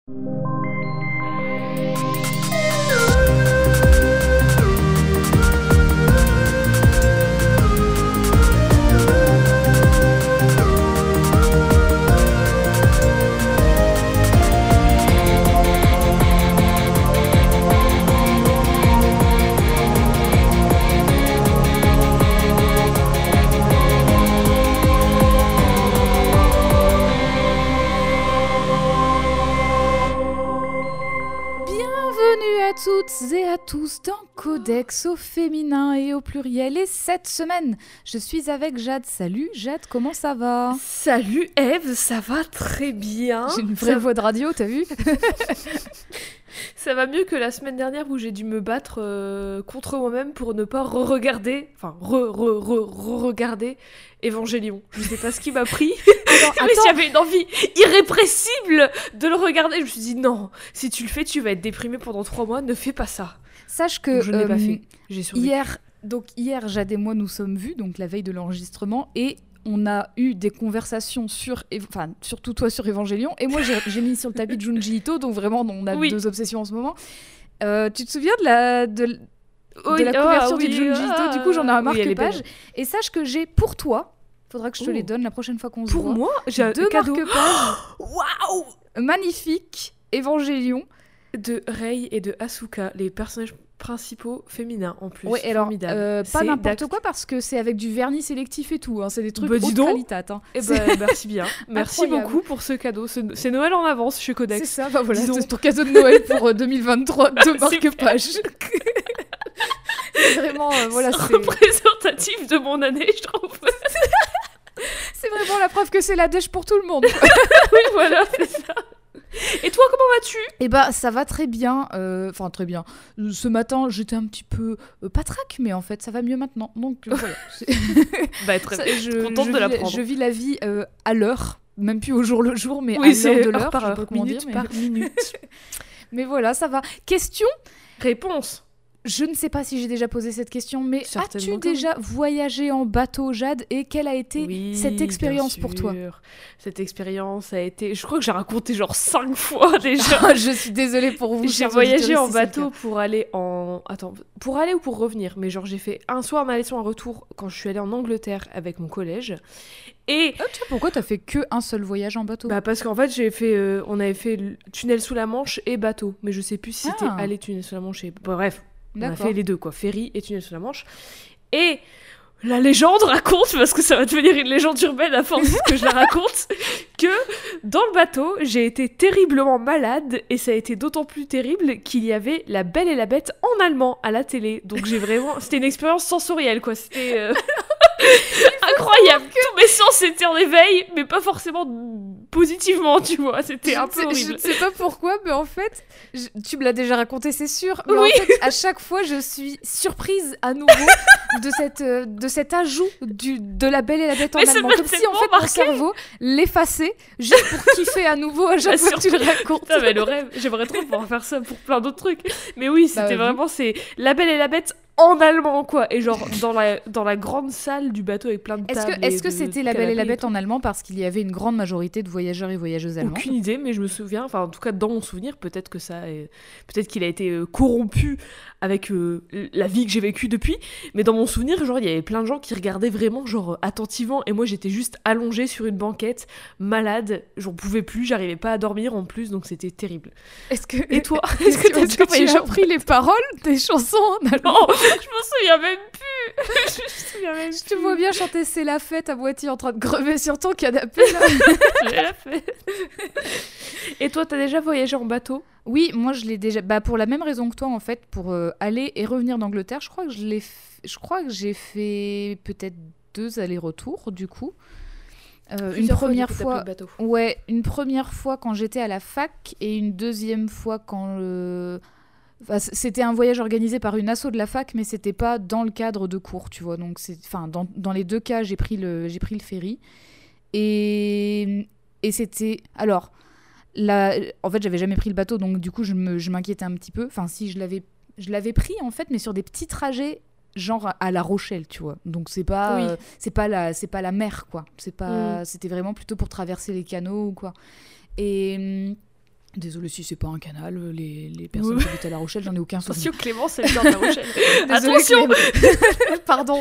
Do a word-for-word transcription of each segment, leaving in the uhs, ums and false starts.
Toutes et à tous dans Codex au féminin et au pluriel. Et cette semaine, je suis avec Jade. Salut Jade, comment ça va ? Salut Eve, ça va très bien. J'ai une vraie ça... voix de radio, t'as vu ? Ça va mieux que la semaine dernière où j'ai dû me battre euh, contre moi-même pour ne pas re-regarder, enfin re-re-re-re-regarder Évangélion. Je sais pas ce qui m'a pris, alors, mais j'avais une envie irrépressible de le regarder. Je me suis dit non, si tu le fais, tu vas être déprimée pendant trois mois, ne fais pas ça. Sache que donc, je ne l'ai euh, pas fait. J'ai survécu. Hier, donc hier, Jade et moi nous sommes vus, donc la veille de l'enregistrement, et on a eu des conversations sur, enfin surtout toi sur Évangélion, et moi j'ai, j'ai mis sur le tapis de Junji Ito, donc vraiment on a oui. deux obsessions en ce moment. Euh, tu te souviens de la de, de oui, la couverture oh, oui, de Junji Ito oh, du coup j'en ai un oui, marque-page, et sache que j'ai pour toi, faudra que je te oh. les donne la prochaine fois qu'on se pour voit. Pour moi, j'ai deux marque-pages. Waouh, magnifique, Évangélion de Rei et de Asuka, les personnages principaux féminins en plus. Oui, alors euh, pas n'importe d'acte... quoi parce que c'est avec du vernis sélectif et tout, hein. C'est des trucs bah, haute qualité. Hein. Eh bah, merci bien. Merci incroyable. Beaucoup pour ce cadeau. C'est, c'est Noël en avance chez Codex. C'est ça, bah voilà, c'est ton cadeau de Noël pour euh, deux mille vingt-trois, deux marque-pages. Vraiment, euh, voilà, c'est, c'est représentatif de mon année, je trouve. C'est vraiment la preuve que c'est la dèche pour tout le monde. Oui, voilà, c'est ça. Et toi, comment vas-tu ? Eh bah, ça va très bien. Enfin, euh, très bien. Ce matin, j'étais un petit peu euh, patraque, mais en fait, ça va mieux maintenant. Donc, euh, voilà. bah, très bien. Je suis contente je de l'apprendre. Je vis la vie euh, à l'heure. Même plus au jour le jour, mais oui, à c'est l'heure de l'heure. Par je heure, sais pas comment minute dire, mais... par minute. Mais voilà, ça va. Question ? Réponse. Je ne sais pas si j'ai déjà posé cette question, mais certainement as-tu déjà voyagé en bateau, Jade, et quelle a été oui, cette expérience pour toi ? Cette expérience a été... Je crois que j'ai raconté genre cinq fois déjà. Je suis désolée pour vous. J'ai voyagé en bateau pour aller en... Attends, pour aller ou pour revenir ? Mais genre j'ai fait un soir un aller, soit un retour quand je suis allée en Angleterre avec mon collège. Et oh, tiens, pourquoi t'as fait que un seul voyage en bateau ? Bah parce qu'en fait j'ai fait, euh, on avait fait tunnel sous la Manche et bateau, mais je sais plus si c'était ah. aller tunnel sous la Manche et bon, bref. D'accord. On a fait les deux, quoi, ferry et tunnel sous la Manche. Et la légende raconte, parce que ça va devenir une légende urbaine à force que je la raconte, que dans le bateau, j'ai été terriblement malade, et ça a été d'autant plus terrible qu'il y avait La Belle et la Bête en allemand à la télé. Donc j'ai vraiment... C'était une expérience sensorielle, quoi. C'était... Euh... incroyable. Que... Tous mes sens étaient en éveil, mais pas forcément positivement, tu vois. C'était je un peu sais, horrible. Je ne sais pas pourquoi, mais en fait, je... tu me l'as déjà raconté, c'est sûr. Mais oui. en fait, à chaque fois, je suis surprise à nouveau de, cette, euh, de cet ajout du, de La Belle et la Bête en mais allemand. Comme si, en fait, marqué. Mon cerveau l'effaçait juste pour kiffer à nouveau à chaque bah, fois que tu le racontes. Putain, mais le rêve. J'aimerais trop pouvoir faire ça pour plein d'autres trucs. Mais oui, c'était bah, vraiment... C'est La Belle et la Bête en allemand, quoi. Et genre, dans la, dans la grande salle du bateau avec plein de tables. Est-ce que, est-ce que de, c'était La Belle et la Bête en allemand parce qu'il y avait une grande majorité de voyageurs et voyageuses allemandes ? Aucune idée, mais je me souviens, enfin, en tout cas, dans mon souvenir, peut-être que ça... Est, peut-être qu'il a été euh, corrompu avec euh, la vie que j'ai vécue depuis, mais dans mon souvenir, genre, il y avait plein de gens qui regardaient vraiment, genre, attentivement, et moi, j'étais juste allongée sur une banquette, malade, j'en pouvais plus, j'arrivais pas à dormir en plus, donc c'était terrible. Est-ce que... Et toi ? Est-ce que, est-ce que tu as appris les paroles des chansons en allemand ? Non, je m'en souviens même plus. Je me souviens même plus. Je te vois bien chanter C'est la fête à moitié en train de crever sur ton canapé, là. C'est la fête. Et toi, t'as déjà voyagé en bateau ? Oui, moi je l'ai déjà. Bah pour la même raison que toi en fait, pour euh, aller et revenir d'Angleterre, je crois que je l'ai. F... Je crois que j'ai fait peut-être deux allers-retours du coup. Euh, une première fois, fois ouais, une première fois quand j'étais à la fac et une deuxième fois quand le. Enfin, c'était un voyage organisé par une asso de la fac, mais c'était pas dans le cadre de cours, tu vois. Donc c'est, enfin, dans, dans les deux cas, j'ai pris le, j'ai pris le ferry et et c'était alors. Là, en fait, j'avais jamais pris le bateau, donc du coup, je, me, je m'inquiétais un petit peu. Enfin, si, je l'avais, je l'avais pris, en fait, mais sur des petits trajets, genre à La Rochelle, tu vois. Donc, c'est pas, oui. euh, c'est pas, la, c'est pas la mer, quoi. C'est pas, mmh. C'était vraiment plutôt pour traverser les canaux ou quoi. Et, Désolée si c'est pas un canal, les, les personnes qui habitent à La Rochelle, j'en ai aucun souvenir. Attention, Clémence, elle vient de La Rochelle. Désolée, Attention. Pardon.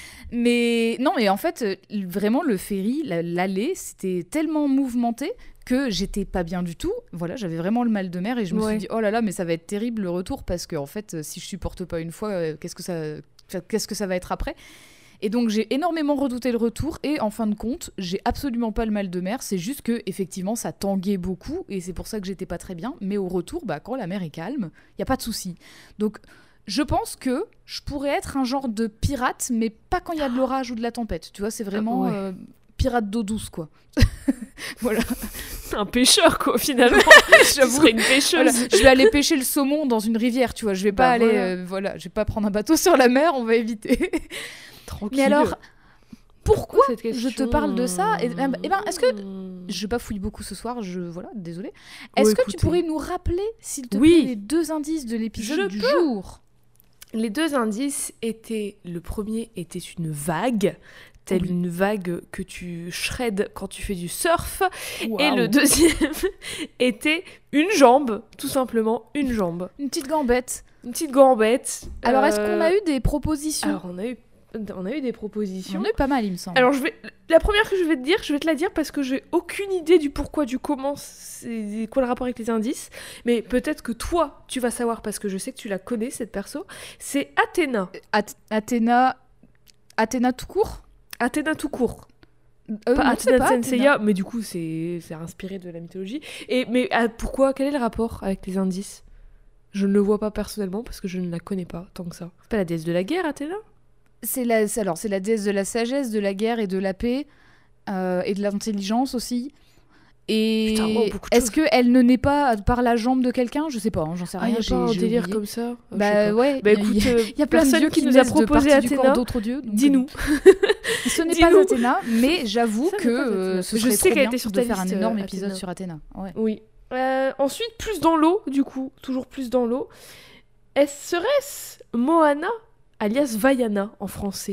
Mais non, mais en fait, vraiment, le ferry, la- l'allée, c'était tellement mouvementé que j'étais pas bien du tout. Voilà, j'avais vraiment le mal de mer et je me Ouais. suis dit, oh là là, mais ça va être terrible le retour parce que, en fait, si je supporte pas une fois, euh, qu'est-ce que ça, enfin, qu'est-ce que ça va être après ? Et donc, j'ai énormément redouté le retour et en fin de compte, j'ai absolument pas le mal de mer. C'est juste que, effectivement, ça tanguait beaucoup et c'est pour ça que j'étais pas très bien. Mais au retour, bah, quand la mer est calme, y a pas de souci. Donc, je pense que je pourrais être un genre de pirate, mais pas quand il y a de l'orage ou de la tempête. Tu vois, c'est vraiment Ah, ouais. euh, pirate d'eau douce, quoi. Voilà. Un pêcheur, quoi, finalement. J'avoue. Tu serais une pêcheuse. Voilà. Je vais aller pêcher le saumon dans une rivière, tu vois. Je vais pas Bah, aller, voilà. euh, voilà, je vais pas prendre un bateau sur la mer, on va éviter. Tranquille. Mais alors, pourquoi Cette je te question parle de ça Et, eh ben, est-ce que je bafouille beaucoup ce soir, je voilà, désolée. Oh, Est-ce que écoutez. tu pourrais nous rappeler, s'il te Oui. plaît, les deux indices de l'épisode Je du peux. jour? Les deux indices étaient... Le premier était une vague, telle Oui. une vague que tu shreddes quand tu fais du surf. Et Waouh. le deuxième était une jambe, tout simplement une jambe. Une petite gambette. Une petite gambette. Alors, est-ce Euh, qu'on a eu des propositions? Alors, on a eu, on a eu des propositions. On a eu pas mal, il me semble. Alors, je vais... la première que je vais te dire, je vais te la dire parce que j'ai aucune idée du pourquoi, du comment, c'est quoi le rapport avec les indices. Mais peut-être que toi, tu vas savoir parce que je sais que tu la connais, cette perso. C'est Athéna. Ath- Athéna... Athéna tout court. Athéna tout court. Euh, Pas non, c'est Athéna pas de Senseiya, mais du coup, c'est c'est inspiré de la mythologie. Et, mais ah, pourquoi? Quel est le rapport avec les indices? Je ne le vois pas personnellement parce que je ne la connais pas tant que ça. C'est pas la déesse de la guerre, Athéna? C'est la, c'est- alors, c'est la déesse de la sagesse, de la guerre et de la paix, euh, et de l'intelligence aussi. Et Putain, wow, beaucoup de est-ce choses. qu'elle ne naît pas par la jambe de quelqu'un? Je sais pas, hein, j'en sais Ah, rien. y a j'ai- pas un j'ai délire oublié. comme ça? Ah, je sais Bah pas. ouais, Bah il y a- écoute, il y a- euh, il y a plein de personne dieux qui qui nous a naissent de proposé parties du corps Athéna, d'autres dieux. donc, dis-nous. Ce n'est Dis-nous. pas Athéna, mais j'avoue Ça que n'est pas euh, Athéna. ce Je serait sais trop qu'elle bien était sur de ta faire un liste, énorme euh, épisode Athéna. sur Athéna. Ouais. Oui. Euh, ensuite, plus dans l'eau, du coup, toujours plus dans l'eau. Est-ce serait-ce Moana, alias Vaiana en français,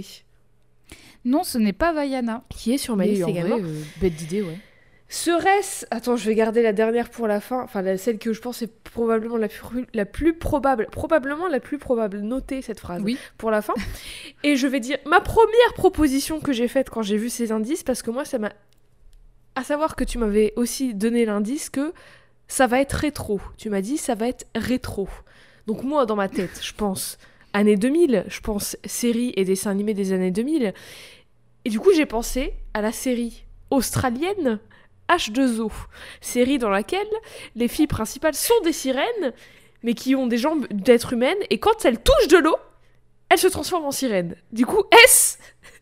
Non, ce n'est pas Vaiana. qui est sur ma Mais liste en vrai, également. euh, bête d'idée, ouais. Serait-ce... Attends, je vais garder la dernière pour la fin. Enfin, la, celle que je pense est probablement la plus, la plus probable. Probablement la plus probable. Notez cette phrase Oui. pour la fin. Et je vais dire ma première proposition que j'ai faite quand j'ai vu ces indices, parce que moi, ça m'a... À savoir que tu m'avais aussi donné l'indice que ça va être rétro. Tu m'as dit ça va être rétro. Donc moi, dans ma tête, je pense années deux mille, je pense séries et dessins animés des années deux mille. Et du coup, j'ai pensé à la série australienne H deux O, série dans laquelle les filles principales sont des sirènes, mais qui ont des jambes d'êtres humaines, et quand elles touchent de l'eau, elles se transforment en sirènes. Du coup, est-ce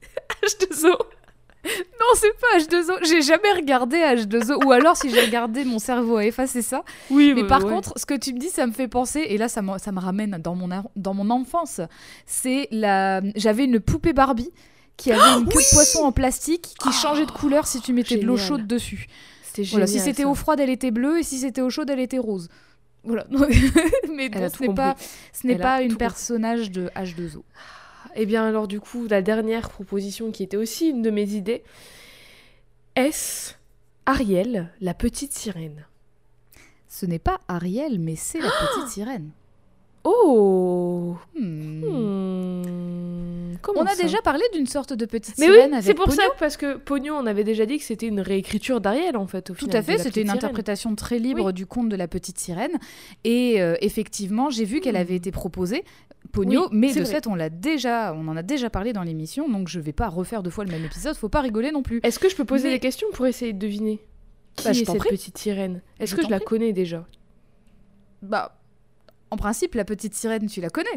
H deux O? Non, c'est pas H deux O. J'ai jamais regardé H deux O. Ou alors, si j'ai regardé, mon cerveau a effacé ça. Oui, Mais bah, par ouais. contre, ce que tu me dis, ça me fait penser, et là, ça me, ça me ramène dans mon, ar- dans mon enfance. C'est la... J'avais une poupée Barbie qui avait une queue de poisson en plastique qui changeait de couleur si tu mettais de l'eau génial. chaude dessus. C'était Voilà, génial. si c'était ça. eau froide, elle était bleue, et si c'était eau chaude, elle était rose. Voilà. Mais Elle bon, a ce tout n'est compris. pas, ce n'est Elle a pas tout une compris. personnage de H deux O. Eh bien alors du coup, la dernière proposition qui était aussi une de mes idées, est-ce Ariel, la petite sirène? Ce n'est pas Ariel, mais c'est la petite sirène. Oh Hmm. Hmm, comment On a ça déjà parlé d'une sorte de petite Mais sirène oui, avec c'est pour Pognon. ça, parce que Pognon, on avait déjà dit que c'était une réécriture d'Ariel, en fait, au Tout final, à de fait, la c'était petite une sirène. interprétation très libre Oui. du conte de la petite sirène. Et euh, effectivement, j'ai vu qu'elle Hmm. avait été proposée, Pogno, Oui, mais c'est de vrai. fait, on l'a déjà, on en a déjà parlé dans l'émission, donc je vais pas refaire deux fois le même épisode, faut pas rigoler non plus. Est-ce que je peux poser Mais- des questions pour essayer de deviner qui Bah, je est t'en cette prie. petite sirène? Est-ce Je que je t'en la prie. connais déjà? Bah, en principe, la petite sirène, tu la connais.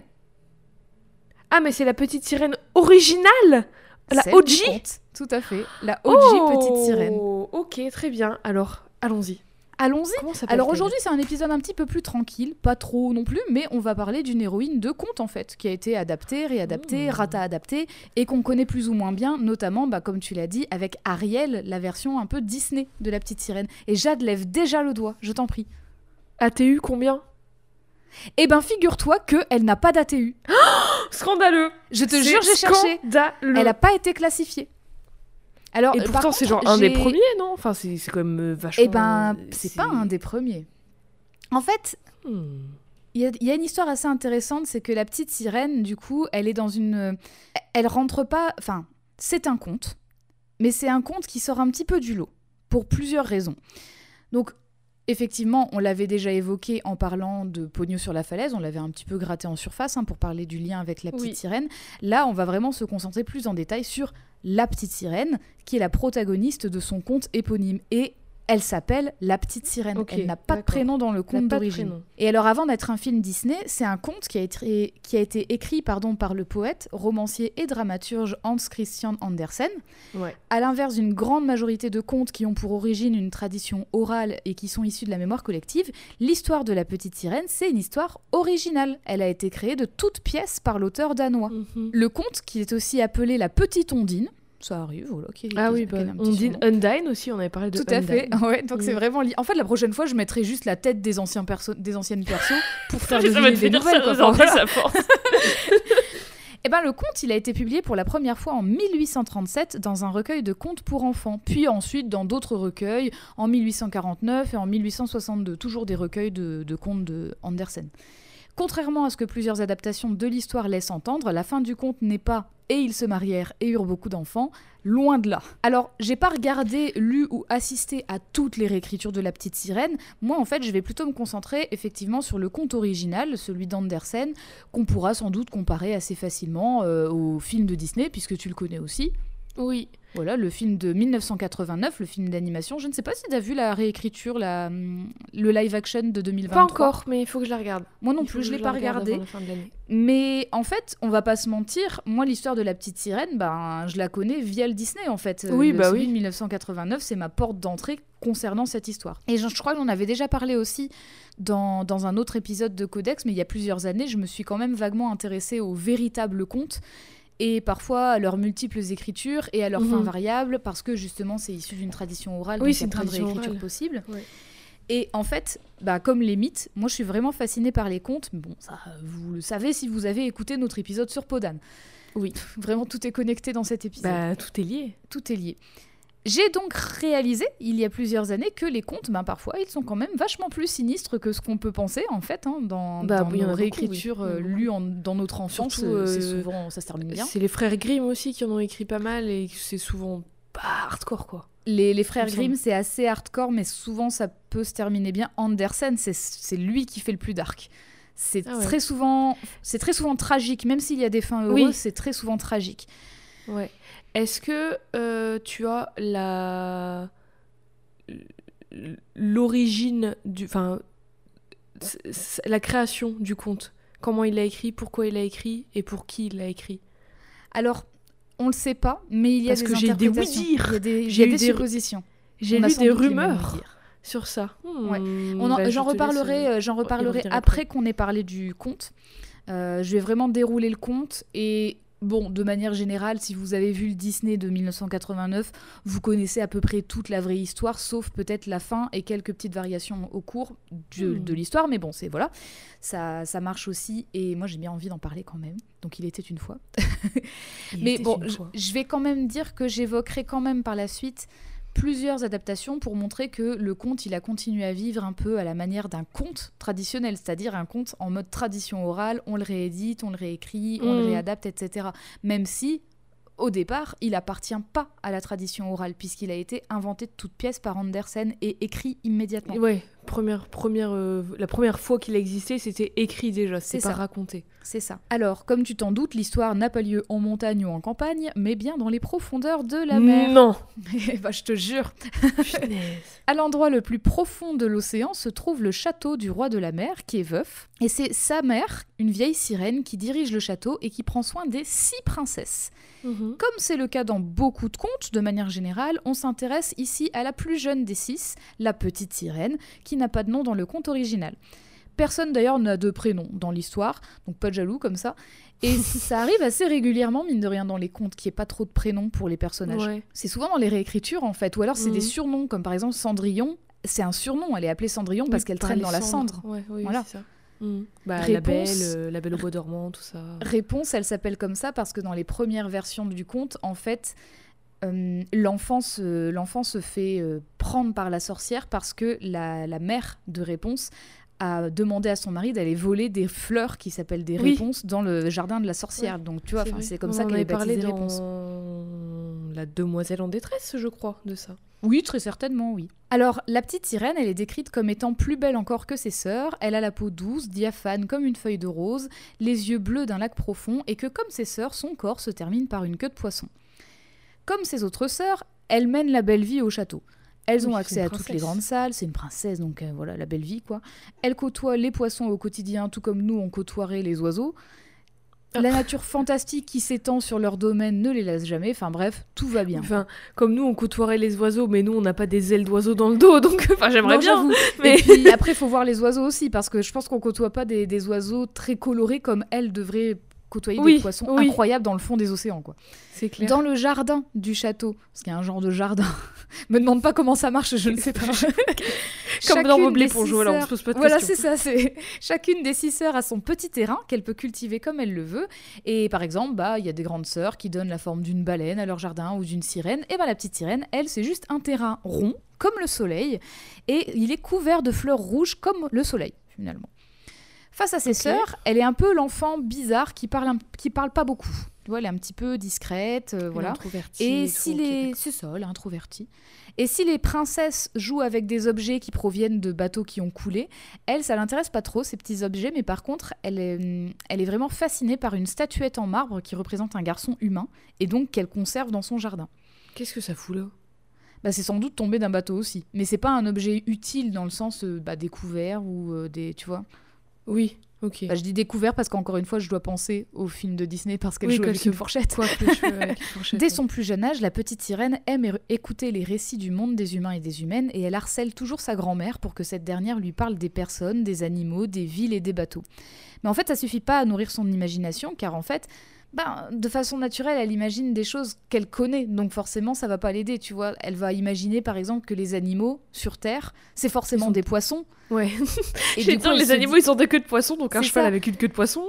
Ah, mais c'est la petite sirène originale, la Celle O du G. conte. Tout à fait, la O G Oh, petite sirène. Ok, très bien. Alors, allons-y. Allons-y. Comment s'appelle-t-elle? Alors aujourd'hui, c'est un épisode un petit peu plus tranquille, pas trop non plus, mais on va parler d'une héroïne de conte en fait, qui a été adaptée, réadaptée, Mmh. rata-adaptée, et qu'on connaît plus ou moins bien, notamment, bah, comme tu l'as dit, avec Ariel, la version un peu Disney de la petite sirène. Et Jade lève déjà le doigt, je t'en prie. A T U combien? Eh ben, figure-toi qu'elle n'a pas d'A T U. Scandaleux. Je te C'est jure, j'ai cherché. Scandaleux. Elle n'a pas été classifiée. Alors, Et euh, par pourtant, c'est contre, genre un des j'ai- premiers, non? Enfin, c'est c'est quand même euh, vachement. Eh ben, euh, c'est pas un des premiers. En fait, il Hmm. y, a- y a une histoire assez intéressante, c'est que la petite sirène, du coup, elle est dans une... Elle rentre pas... Enfin, c'est un conte, mais c'est un conte qui sort un petit peu du lot, pour plusieurs raisons. Donc, effectivement, on l'avait déjà évoqué en parlant de Pogno sur la falaise, on l'avait un petit peu gratté en surface hein, pour parler du lien avec la petite Oui. sirène. Là, on va vraiment se concentrer plus en détail sur la petite sirène, qui est la protagoniste de son conte éponyme. Et elle s'appelle la petite sirène. Ok, Elle n'a pas de d'accord. prénom dans le N'a conte pas de d'origine. prénom. Et alors, avant d'être un film Disney, c'est un conte qui a été, qui a été écrit pardon, par le poète, romancier et dramaturge Hans Christian Andersen. Ouais. À l'inverse d'une grande majorité de contes qui ont pour origine une tradition orale et qui sont issus de la mémoire collective, l'histoire de la petite sirène, c'est une histoire originale. Elle a été créée de toutes pièces par l'auteur danois. Mhm. Le conte, qui est aussi appelé la petite Ondine, ça arrive, voilà. Qui, Ah qui- oui, qui a bah, un petit on dit surnom. Undine aussi, on avait parlé de Tout à fait, Undine. ouais, donc c'est Mm. vraiment li- En fait, la prochaine fois, je mettrai juste la tête des, anciens perso... des anciennes persos pour faire Ça va deviner te des finir nouvelles. quoi. sérieusement, Enfin, voilà. ça force. Eh ben, le conte, il a été publié pour la première fois en mille huit cent trente-sept dans un recueil de contes pour enfants, puis ensuite dans d'autres recueils en mille huit cent quarante-neuf et en mille huit cent soixante-deux, toujours des recueils de, de contes de Andersen. Contrairement à ce que plusieurs adaptations de l'histoire laissent entendre, la fin du conte n'est pas « et ils se marièrent et eurent beaucoup d'enfants », loin de là. Alors, j'ai pas regardé, lu ou assisté à toutes les réécritures de La Petite Sirène. Moi, en fait, je vais plutôt me concentrer effectivement sur le conte original, celui d'Andersen, qu'on pourra sans doute comparer assez facilement euh, au film de Disney, puisque tu le connais aussi. Oui. Voilà, le film de mille neuf cent quatre-vingt-neuf, le film d'animation. Je ne sais pas si tu as vu la réécriture, la, hum, le live action de deux mille vingt-trois. Pas encore, mais il faut que je la regarde. Moi non Il faut plus, que je l'ai la pas regarde regardé. avant la fin de l'année. Mais en fait, on va pas se mentir, moi l'histoire de la petite sirène, ben, je la connais via le Disney en fait. Oui, le, bah celui oui. de mille neuf cent quatre-vingt-neuf, c'est ma porte d'entrée concernant cette histoire. Et je, je crois qu'on avait déjà parlé aussi dans, dans un autre épisode de Codex, mais il y a plusieurs années, je me suis quand même vaguement intéressée aux véritables contes et parfois à leurs multiples écritures et à leurs Mhm. fins variables, parce que justement c'est issu d'une tradition orale, Oui, donc il c'est y a une plein de tradition réécritures orale. possibles. Ouais. Et en fait, bah, comme les mythes, moi je suis vraiment fascinée par les contes. Bon, ça, vous le savez si vous avez écouté notre épisode sur Podane. Oui. Vraiment, tout est connecté dans cet épisode. Bah, tout est lié. Tout est lié. J'ai donc réalisé, il y a plusieurs années, que les contes, ben, parfois, ils sont quand même vachement plus sinistres que ce qu'on peut penser, en fait, hein, dans, Bah, dans oui, il y en nos a beaucoup, réécritures oui. euh, lues en- dans notre enfance. Surtout, euh, c'est euh, souvent, ça se termine bien. C'est les frères Grimm aussi qui en ont écrit pas mal et c'est souvent pas hardcore, quoi. Les, les frères il me Grimm, semble. c'est assez hardcore, mais souvent, ça peut se terminer bien. Andersen, c'est, c'est lui qui fait le plus dark. C'est Ah ouais. très souvent, c'est très souvent tragique, même s'il y a des fins heureuses, Oui. c'est très souvent tragique. Ouais. Est-ce que euh, tu as la l'origine du, enfin, c- c- la création du conte? Comment il l'a écrit, pourquoi il l'a écrit et pour qui il l'a écrit? Alors, on le sait pas, mais il y a Parce des que j'ai des interprétations. oui-dire. Il y a des, il J'ai y a eu des des- suppositions. J'ai On a lu sans des doute les mêmes rumeurs oui-dire. sur ça. Ouais. Hmm, On en- bah, j'en je te reparlerai, laisse, euh, j'en y reparlerai revenir après qu'on ait parlé du conte. Euh, je vais vraiment dérouler le conte et bon, de manière générale, si vous avez vu le Disney de mille neuf cent quatre-vingt-neuf, vous connaissez à peu près toute la vraie histoire, sauf peut-être la fin et quelques petites variations au cours de, Hmm. de l'histoire. Mais bon, c'est voilà, ça, ça marche aussi et moi j'ai bien envie d'en parler quand même. Donc il était une fois. Il Mais était bon, une je, fois. je vais quand même dire que j'évoquerai quand même par la suite plusieurs adaptations pour montrer que le conte, il a continué à vivre un peu à la manière d'un conte traditionnel, c'est-à-dire un conte en mode tradition orale, on le réédite, on le réécrit, on le Mm. réadapte, et cetera. Même si, au départ, il appartient pas à la tradition orale, puisqu'il a été inventé de toutes pièces par Andersen et écrit immédiatement. Ouais, première, première, euh, la première fois qu'il a existé, c'était écrit déjà, C'est c'est pas ça. raconté. C'est ça. Alors, comme tu t'en doutes, l'histoire n'a pas lieu en montagne ou en campagne, mais bien dans les profondeurs de la mer. Non. Bah, je te jure. Punaise. À l'endroit le plus profond de l'océan se trouve le château du roi de la mer, qui est veuf. Et c'est sa mère, une vieille sirène, qui dirige le château et qui prend soin des six princesses. Mhm. Comme c'est le cas dans beaucoup de contes, de manière générale, on s'intéresse ici à la plus jeune des six, la petite sirène, qui n'a pas de nom dans le conte original. Personne d'ailleurs n'a de prénom dans l'histoire, donc pas de jaloux comme ça. Et ça arrive assez régulièrement, mine de rien, dans les contes, qu'il n'y ait pas trop de prénoms pour les personnages. Ouais. C'est souvent dans les réécritures, en fait, ou alors c'est Mhm. des surnoms, comme par exemple Cendrillon. C'est un surnom, elle est appelée Cendrillon parce Oui, qu'elle par traîne les dans la cendres. cendre. Ouais, oui, Voilà. c'est ça. Mhm. Bah, la Réponse- belle, euh, la belle au bois dormant, tout ça. Réponse, elle s'appelle comme ça parce que dans les premières versions du conte, en fait, euh, l'enfant, se, l'enfant se fait euh, prendre par la sorcière parce que la, la mère de Réponse a demandé à son mari d'aller voler des fleurs qui s'appellent des Oui. réponses dans le jardin de la sorcière. Ouais, Donc tu vois, c'est 'fin, vrai. c'est comme On ça en qu'elle avait est baptisée parlé dans réponse. La demoiselle en détresse, je crois, de ça. Oui, très certainement, oui. Alors, la petite sirène, elle est décrite comme étant plus belle encore que ses sœurs. Elle a la peau douce, diaphane comme une feuille de rose, les yeux bleus d'un lac profond, et que comme ses sœurs, son corps se termine par une queue de poisson. Comme ses autres sœurs, elle mène la belle vie au château. Elles Oui, ont c'est accès une à toutes les princesse. grandes salles, c'est une princesse, donc euh, voilà, la belle vie, quoi. Elle côtoie les poissons au quotidien, tout comme nous, on côtoierait les oiseaux. Ah. La nature fantastique qui s'étend sur leur domaine ne les laisse jamais, enfin bref, tout va bien. Enfin, comme nous, on côtoierait les oiseaux, mais nous, on n'a pas des ailes d'oiseaux dans le dos, donc enfin, j'aimerais Non, bien. j'avoue. Mais Et puis après, il faut voir les oiseaux aussi, parce que je pense qu'on côtoie pas des, des oiseaux très colorés comme elles devraient côtoyer Oui, des poissons oui. incroyables dans le fond des océans, quoi. c'est clair. Dans le jardin du château, parce qu'il y a un genre de jardin, me demande pas comment ça marche, je ne sais pas. Comme dans Chacune Mobley des pour six jouer, alors on se sœurs- pose pas de Voilà, questions. c'est ça. C'est chacune des six sœurs a son petit terrain qu'elle peut cultiver comme elle le veut. Et par exemple, bah il y a des grandes sœurs qui donnent la forme d'une baleine à leur jardin ou d'une sirène. Et ben la petite sirène, elle, c'est juste un terrain rond comme le soleil, et il est couvert de fleurs rouges comme le soleil finalement. Face à ses Ok. sœurs, elle est un peu l'enfant bizarre qui parle un- qui parle pas beaucoup. Tu vois, elle est un petit peu discrète, euh, voilà. Introvertie Et et si tout, ok, les... d'accord. C'est ça, elle est introvertie. Et si les princesses jouent avec des objets qui proviennent de bateaux qui ont coulé, elle, ça l'intéresse pas trop, ces petits objets, mais par contre, elle est, hum, elle est vraiment fascinée par une statuette en marbre qui représente un garçon humain, et donc qu'elle conserve dans son jardin. Qu'est-ce que ça fout là? Bah, c'est sans doute tombé d'un bateau aussi, mais c'est pas un objet utile dans le sens euh, bah, découvert ou euh, des... Tu vois. Oui, ok. Bah, je dis découvert parce qu'encore une fois, je dois penser au film de Disney parce qu'elle Oui, joue qu'elle avec se une fourchette. Coiffe les cheveux avec une fourchette, Dès ouais. son plus jeune âge, la petite sirène aime é- écouter les récits du monde des humains et des humaines, et elle harcèle toujours sa grand-mère pour que cette dernière lui parle des personnes, des animaux, des villes et des bateaux. Mais en fait, ça suffit pas à nourrir son imagination, car en fait, ben, de façon naturelle, elle imagine des choses qu'elle connaît, donc forcément, ça va pas l'aider, tu vois. Elle va imaginer, par exemple, que les animaux sur Terre, c'est forcément Ils sont- des poissons. Ouais. Et J'ai du dit, coup, elle les se animaux, ils ont des queues de poisson, donc un C'est cheval ça. avec une queue de poisson.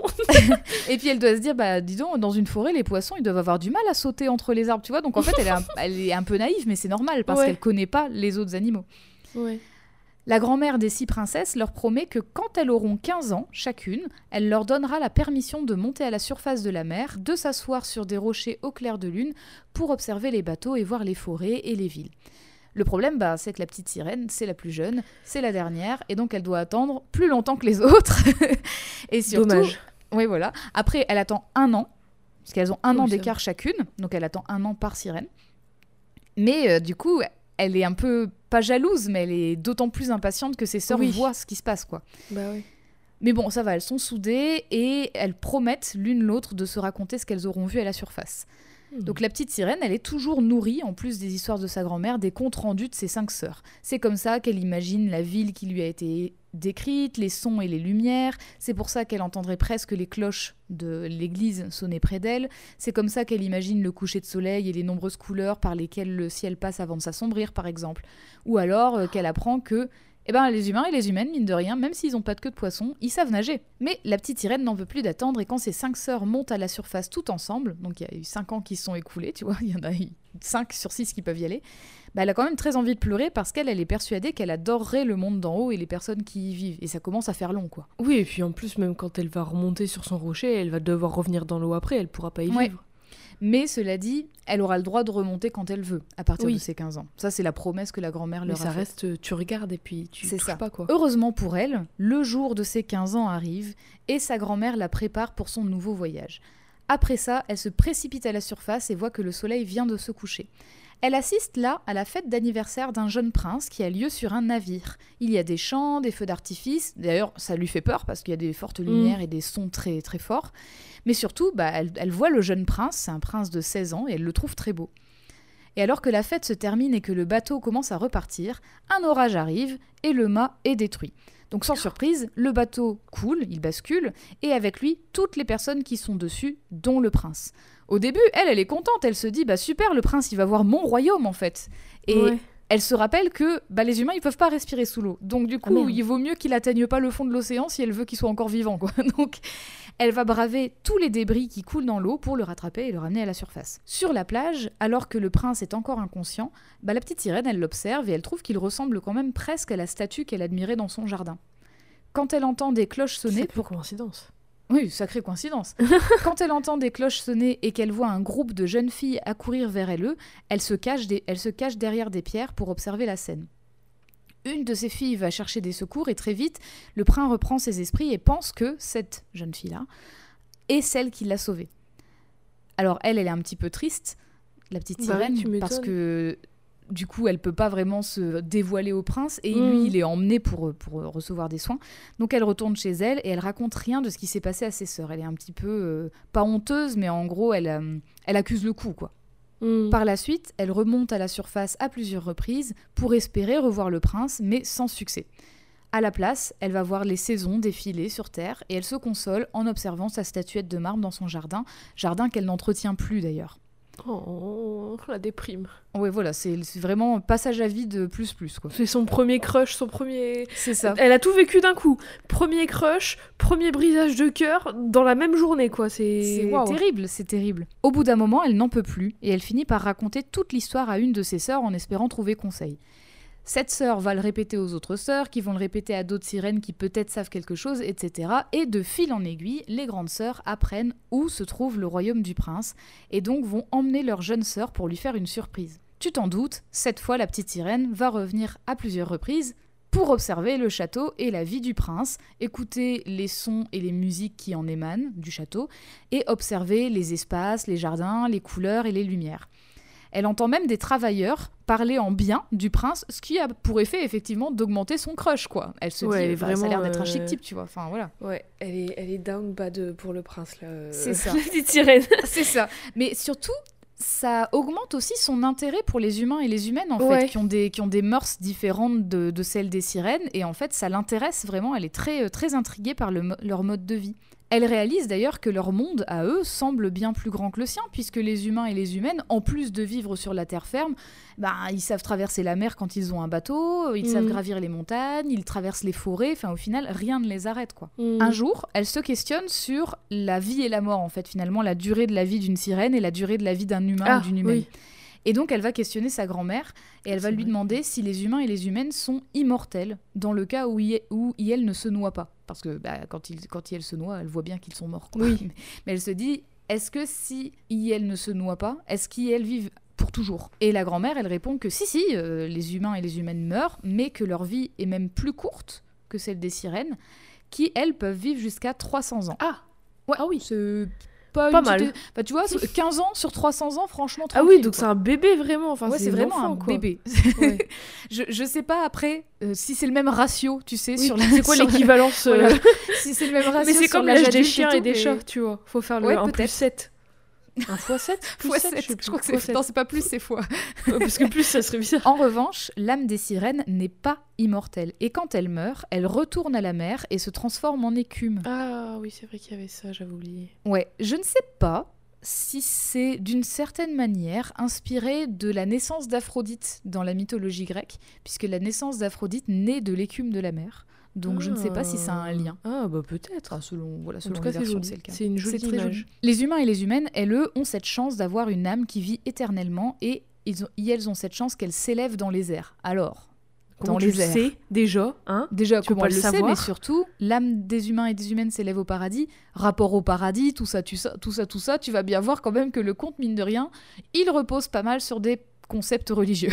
Et puis elle doit se dire, bah dis donc, dans une forêt, les poissons, ils doivent avoir du mal à sauter entre les arbres, tu vois. Donc en fait, elle est un, elle est un peu naïve, mais c'est normal parce Ouais. qu'elle connaît pas les autres animaux. Ouais. La grand-mère des six princesses leur promet que quand elles auront quinze ans chacune, elle leur donnera la permission de monter à la surface de la mer, de s'asseoir sur des rochers au clair de lune pour observer les bateaux et voir les forêts et les villes. Le problème, bah, c'est que la petite sirène, c'est la plus jeune, c'est la dernière, et donc elle doit attendre plus longtemps que les autres. Et surtout, Dommage. oui, voilà. Après, elle attend un an, parce qu'elles ont un Oui, an ça d'écart chacune, donc elle attend un an par sirène. Mais euh, du coup, elle est un peu, pas jalouse, mais elle est d'autant plus impatiente que ses sœurs Oui. voient ce qui se passe, quoi. Bah oui. Mais bon, ça va, elles sont soudées et elles promettent l'une l'autre de se raconter ce qu'elles auront vu à la surface. Donc la petite sirène, elle est toujours nourrie, en plus des histoires de sa grand-mère, des comptes rendus de ses cinq sœurs. C'est comme ça qu'elle imagine la ville qui lui a été décrite, les sons et les lumières. C'est pour ça qu'elle entendrait presque les cloches de l'église sonner près d'elle. C'est comme ça qu'elle imagine le coucher de soleil et les nombreuses couleurs par lesquelles le ciel passe avant de s'assombrir, par exemple. Ou alors euh, qu'elle apprend que eh ben, les humains et les humaines, mine de rien, même s'ils n'ont pas de queue de poisson, ils savent nager. Mais la petite sirène n'en veut plus d'attendre, et quand ses cinq sœurs montent à la surface tout ensemble, donc il y a eu cinq ans qui se sont écoulés, tu vois, il y en a eu cinq sur six qui peuvent y aller, bah elle a quand même très envie de pleurer parce qu'elle elle est persuadée qu'elle adorerait le monde d'en haut et les personnes qui y vivent. Et ça commence à faire long, quoi. Oui, et puis en plus, même quand elle va remonter sur son rocher, elle va devoir revenir dans l'eau après, elle pourra pas y Ouais. vivre. Mais cela dit, elle aura le droit de remonter quand elle veut, à partir Oui. de ses quinze ans. Ça, c'est la promesse que la grand-mère Mais leur ça a faite. reste, tu regardes et puis tu C'est touches ça. pas, quoi. Heureusement pour elle, le jour de ses quinze ans arrive et sa grand-mère la prépare pour son nouveau voyage. Après ça, elle se précipite à la surface et voit que le soleil vient de se coucher. Elle assiste là à la fête d'anniversaire d'un jeune prince qui a lieu sur un navire. Il y a des chants, des feux d'artifice. D'ailleurs, ça lui fait peur parce qu'il y a des fortes lumières et des sons très très forts. Mais surtout, bah, elle, elle voit le jeune prince, c'est un prince de seize ans, et elle le trouve très beau. Et alors que la fête se termine et que le bateau commence à repartir, un orage arrive et le mât est détruit. Donc sans surprise, le bateau coule, il bascule, et avec lui, toutes les personnes qui sont dessus, dont le prince. Au début, elle, elle est contente, elle se dit, bah super, le prince, il va voir mon royaume en fait. Et Ouais. elle se rappelle que bah, les humains, ils peuvent pas respirer sous l'eau. Donc du coup, Ah, merde. il vaut mieux qu'il atteigne pas le fond de l'océan si elle veut qu'il soit encore vivant, quoi. Donc elle va braver tous les débris qui coulent dans l'eau pour le rattraper et le ramener à la surface. Sur la plage, alors que le prince est encore inconscient, bah, la petite sirène, elle l'observe et elle trouve qu'il ressemble quand même presque à la statue qu'elle admirait dans son jardin. quand elle entend des cloches sonner... C'est pour coïncidence. Oui, sacrée coïncidence. Quand elle entend des cloches sonner et qu'elle voit un groupe de jeunes filles accourir vers elle, elle se cache, des... elle se cache derrière des pierres pour observer la scène. Une de ces filles va chercher des secours et très vite, le prince reprend ses esprits et pense que cette jeune fille-là est celle qui l'a sauvée. Alors elle, elle est un petit peu triste, la petite sirène, bah oui, parce que du coup, elle peut pas vraiment se dévoiler au prince et mmh. lui, il est emmené pour, pour recevoir des soins. Donc elle retourne chez elle et elle raconte rien de ce qui s'est passé à ses sœurs. Elle est un petit peu, euh, pas honteuse, mais en gros, elle, euh, elle accuse le coup, quoi. Mmh. Par la suite, elle remonte à la surface à plusieurs reprises pour espérer revoir le prince, mais sans succès. À la place, elle va voir les saisons défiler sur Terre et elle se console en observant sa statuette de marbre dans son jardin, jardin qu'elle n'entretient plus d'ailleurs. Oh, la déprime. Ouais, voilà, c'est, c'est vraiment passage à vide plus plus, quoi. C'est son premier crush, son premier... C'est ça. Elle a tout vécu d'un coup. Premier crush, premier brisage de cœur dans la même journée, quoi. C'est, c'est wow. terrible, c'est terrible. Au bout d'un moment, elle n'en peut plus et elle finit par raconter toute l'histoire à une de ses sœurs en espérant trouver conseil. Cette sœur va le répéter aux autres sœurs, qui vont le répéter à d'autres sirènes qui peut-être savent quelque chose, et cetera. Et de fil en aiguille, les grandes sœurs apprennent où se trouve le royaume du prince, et donc vont emmener leur jeune sœur pour lui faire une surprise. Tu t'en doutes, cette fois la petite sirène va revenir à plusieurs reprises pour observer le château et la vie du prince, écouter les sons et les musiques qui en émanent du château, et observer les espaces, les jardins, les couleurs et les lumières. Elle entend même des travailleurs parler en bien du prince, ce qui a pour effet effectivement d'augmenter son crush, quoi. Elle se ouais, dit, elle bah, vraiment, ça a l'air d'être un euh... chic type, tu vois. Enfin voilà. Ouais, elle est, elle est down bad pour le prince là. Euh... C'est ça. La petite sirène. C'est ça. Mais surtout, ça augmente aussi son intérêt pour les humains et les humaines en ouais. fait, qui ont des qui ont des mœurs différentes de, de celles des sirènes, et en fait, ça l'intéresse vraiment. Elle est très très intriguée par le, leur mode de vie. Elle réalise d'ailleurs que leur monde, à eux, semble bien plus grand que le sien, puisque les humains et les humaines, en plus de vivre sur la terre ferme, bah, ils savent traverser la mer quand ils ont un bateau, ils mmh. savent gravir les montagnes, ils traversent les forêts, enfin au final, rien ne les arrête, quoi. Mmh. Un jour, elle se questionne sur la vie et la mort, en fait, finalement, la durée de la vie d'une sirène et la durée de la vie d'un humain ah, ou d'une humaine. Oui. Et donc, elle va questionner sa grand-mère et elle va C'est lui vrai. demander si les humains et les humaines sont immortels dans le cas où, I- où Iel ne se noie pas. Parce que bah, quand, il, quand Iel se noie, elle voit bien qu'ils sont morts, quoi. Oui. Mais elle se dit, est-ce que si Iel ne se noie pas, est-ce qu'Iel vivent pour toujours ? Et la grand-mère, elle répond que si, si, euh, les humains et les humaines meurent, mais que leur vie est même plus courte que celle des sirènes, qui, elles, peuvent vivre jusqu'à trois cents ans. Ah, ouais, ah oui. C'est... Pas, pas une mal. petite... Enfin, tu vois, quinze ans sur trois cents ans, franchement, Ah oui, donc quoi. c'est un bébé vraiment. Enfin, ouais, c'est, c'est vraiment enfant, un quoi. bébé. Ouais. je, je sais pas après euh, si c'est le même ratio, tu sais, Oui, sur la. c'est quoi sur l'équivalence la... euh... voilà. Si c'est le même ratio. Mais c'est sur comme l'âge l'âge des adulte chiens et, et des mais... chats, tu vois. Faut faire le ouais, un peut-être. plus sept. Un fois sept fois sept, je, je crois que c'est... sept. Non, c'est pas plus, c'est fois. Parce que plus, ça serait bizarre. En revanche, l'âme des sirènes n'est pas immortelle. Et quand elle meurt, elle retourne à la mer et se transforme en écume. Ah oui, c'est vrai qu'il y avait ça, j'avais oublié. Ouais, je ne sais pas si c'est d'une certaine manière inspiré de la naissance d'Aphrodite dans la mythologie grecque, puisque la naissance d'Aphrodite naît de l'écume de la mer. Donc ah. je ne sais pas si ça a un lien. Ah bah peut-être. Ah, selon voilà, selon en tout cas, les versions, c'est, c'est le cas. C'est une jolie c'est image. Joli. Les humains et les humaines, elles, eux, ont cette chance d'avoir une âme qui vit éternellement et ils ont, elles ont cette chance qu'elle s'élève dans les airs. Alors, comment dans tu les le airs. sais déjà, hein Déjà, tu comment elle le le sait, savoir. mais surtout, l'âme des humains et des humaines s'élève au paradis. Rapport au paradis, tout ça, tout ça, tout ça, tout ça, tu vas bien voir quand même que le conte, mine de rien, il repose pas mal sur des concepts religieux.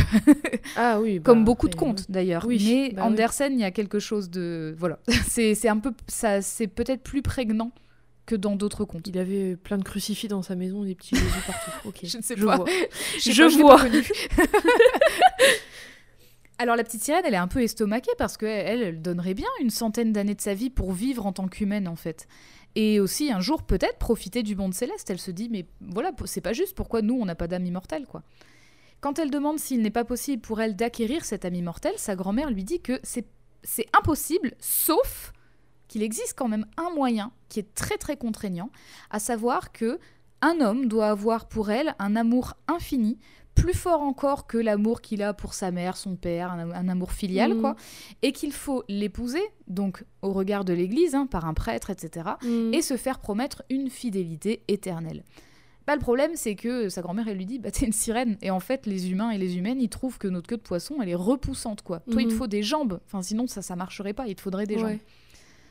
Ah oui, bah, comme beaucoup après, de contes d'ailleurs. Oui, mais bah Andersen, il oui. y a quelque chose de voilà, c'est c'est un peu ça, c'est peut-être plus prégnant que dans d'autres contes. Il avait plein de crucifix dans sa maison, des petits Jésus partout. Ok. Je ne sais je pas. Vois. je, je pas, vois. Je Alors la petite sirène, elle est un peu estomaquée parce qu'elle elle donnerait bien une centaine d'années de sa vie pour vivre en tant qu'humaine en fait. Et aussi un jour peut-être profiter du monde céleste. Elle se dit mais voilà, c'est pas juste, pourquoi nous on n'a pas d'âme immortelle quoi. Quand elle demande s'il n'est pas possible pour elle d'acquérir cette âme immortelle, sa grand-mère lui dit que c'est, c'est impossible, sauf qu'il existe quand même un moyen qui est très très contraignant, à savoir que un homme doit avoir pour elle un amour infini, plus fort encore que l'amour qu'il a pour sa mère, son père, un, un amour filial, mmh. quoi, et qu'il faut l'épouser, donc au regard de l'Église, hein, par un prêtre, et cetera, mmh. et se faire promettre une fidélité éternelle. Bah, le problème, c'est que sa grand-mère, elle lui dit bah, « t'es une sirène ». Et en fait, les humains et les humaines, ils trouvent que notre queue de poisson, elle est repoussante, quoi. Mmh. Toi, il te faut des jambes. Enfin, sinon, ça ne marcherait pas. Il te faudrait des ouais. jambes.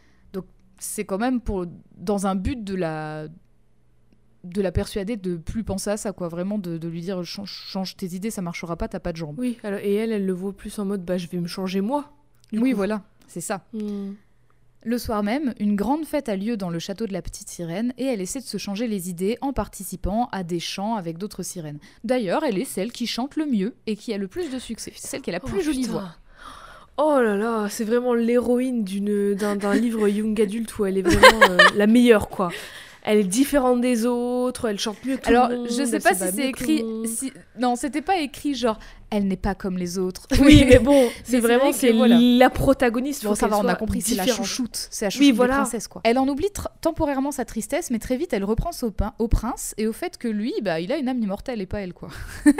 c'est quand même pour, dans un but de la, de la persuader de plus penser à ça, quoi. Vraiment de, de lui dire change, change tes idées, ça marchera pas, t'as pas de jambes. Oui, alors, et elle, elle le voit plus en mode bah je vais me changer moi. Oui, coup. voilà, c'est ça. Mm. Le soir même, une grande fête a lieu dans le château de la petite sirène et elle essaie de se changer les idées en participant à des chants avec d'autres sirènes. D'ailleurs, elle est celle qui chante le mieux et qui a le plus de succès, celle qui a la plus oh, jolie putain. voix. Oh là là, c'est vraiment l'héroïne d'une, d'un, d'un livre young adulte où elle est vraiment euh, la meilleure, quoi. Elle est différente des autres, elle chante mieux que Alors, tout le monde. je sais pas si c'est écrit... Si... Non, c'était pas écrit genre « elle n'est pas comme les autres ». Oui, mais bon, c'est, c'est vraiment c'est c'est voilà. la protagoniste. Bon, ça va, on a compris, c'est la chouchoute. C'est la chouchoute oui, des voilà. princesses, quoi. Elle en oublie tr- temporairement sa tristesse, mais très vite, elle reprend au, pin- au prince et au fait que lui, bah, il a une âme immortelle et pas elle, quoi.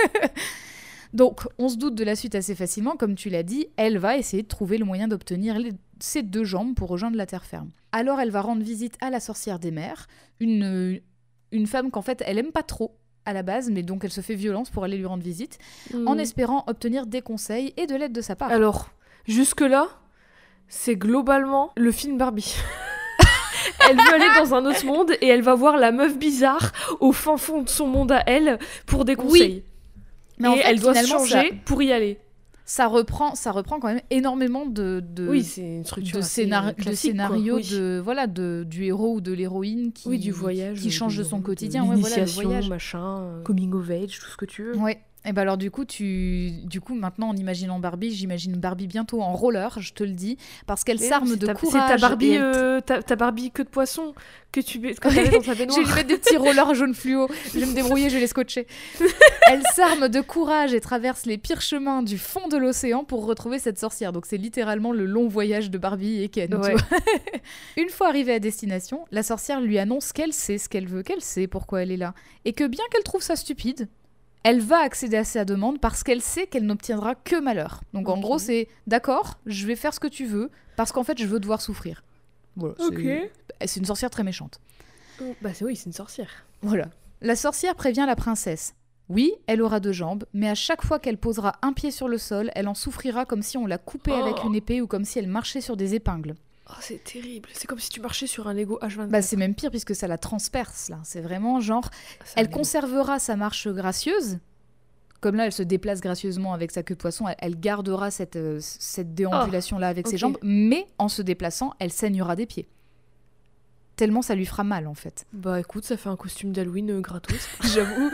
Donc, on se doute de la suite assez facilement. Comme tu l'as dit, elle va essayer de trouver le moyen d'obtenir les... ses deux jambes pour rejoindre la terre ferme. Alors, elle va rendre visite à la sorcière des mers, une, une femme qu'en fait, elle aime pas trop à la base, mais donc elle se fait violence pour aller lui rendre visite, mmh. en espérant obtenir des conseils et de l'aide de sa part. Alors, jusque-là, c'est globalement le film Barbie. Elle veut aller dans un autre monde et elle va voir la meuf bizarre au fin fond de son monde à elle pour des conseils. Oui. Mais et en fait, elle doit se changer ça, pour y aller. Ça reprend, ça reprend quand même énormément de, de, oui, c'est une structure de, scénar- de scénarios oui. de, voilà, de, du héros ou de l'héroïne qui, oui, du voyage, qui change de, de son quotidien. De ouais, voilà, le voyage, machin, euh, coming of age, tout ce que tu veux. Ouais. Et ben alors du coup, tu, du coup maintenant en imaginant Barbie, j'imagine Barbie bientôt en roller, je te le dis, parce qu'elle s'arme non, de ta, courage. C'est ta Barbie, elle... euh, ta, ta Barbie queue de poisson que tu mets quand elle est dans sa baignoire. Je vais lui mettre des petits rollers jaune fluo. Je vais me débrouiller, je vais les scotcher. Elle s'arme de courage et traverse les pires chemins du fond de l'océan pour retrouver cette sorcière. Donc c'est littéralement le long voyage de Barbie et Ken. Ouais. Tu vois. Une fois arrivée à destination, la sorcière lui annonce qu'elle sait ce qu'elle veut, qu'elle sait pourquoi elle est là, et que bien qu'elle trouve ça stupide, elle va accéder à sa demande parce qu'elle sait qu'elle n'obtiendra que malheur. Donc okay. en gros, c'est d'accord, je vais faire ce que tu veux parce qu'en fait, je veux devoir souffrir. Voilà, ok. C'est, c'est une sorcière très méchante. Oh, bah c'est oui, c'est une sorcière. Voilà. La sorcière prévient la princesse. Oui, elle aura deux jambes, mais à chaque fois qu'elle posera un pied sur le sol, elle en souffrira comme si on la coupait oh. avec une épée ou comme si elle marchait sur des épingles. Oh, c'est terrible. C'est comme si tu marchais sur un Lego H vingt-quatre. Bah, c'est même pire puisque ça la transperce, là. C'est vraiment genre... Ça elle conservera sa marche gracieuse. Comme là, elle se déplace gracieusement avec sa queue de poisson. Elle, elle gardera cette, euh, cette déambulation-là oh, avec okay. ses jambes. Mais en se déplaçant, elle saignera des pieds. Tellement ça lui fera mal, en fait. Bah écoute, ça fait un costume d'Halloween euh, gratos. J'avoue.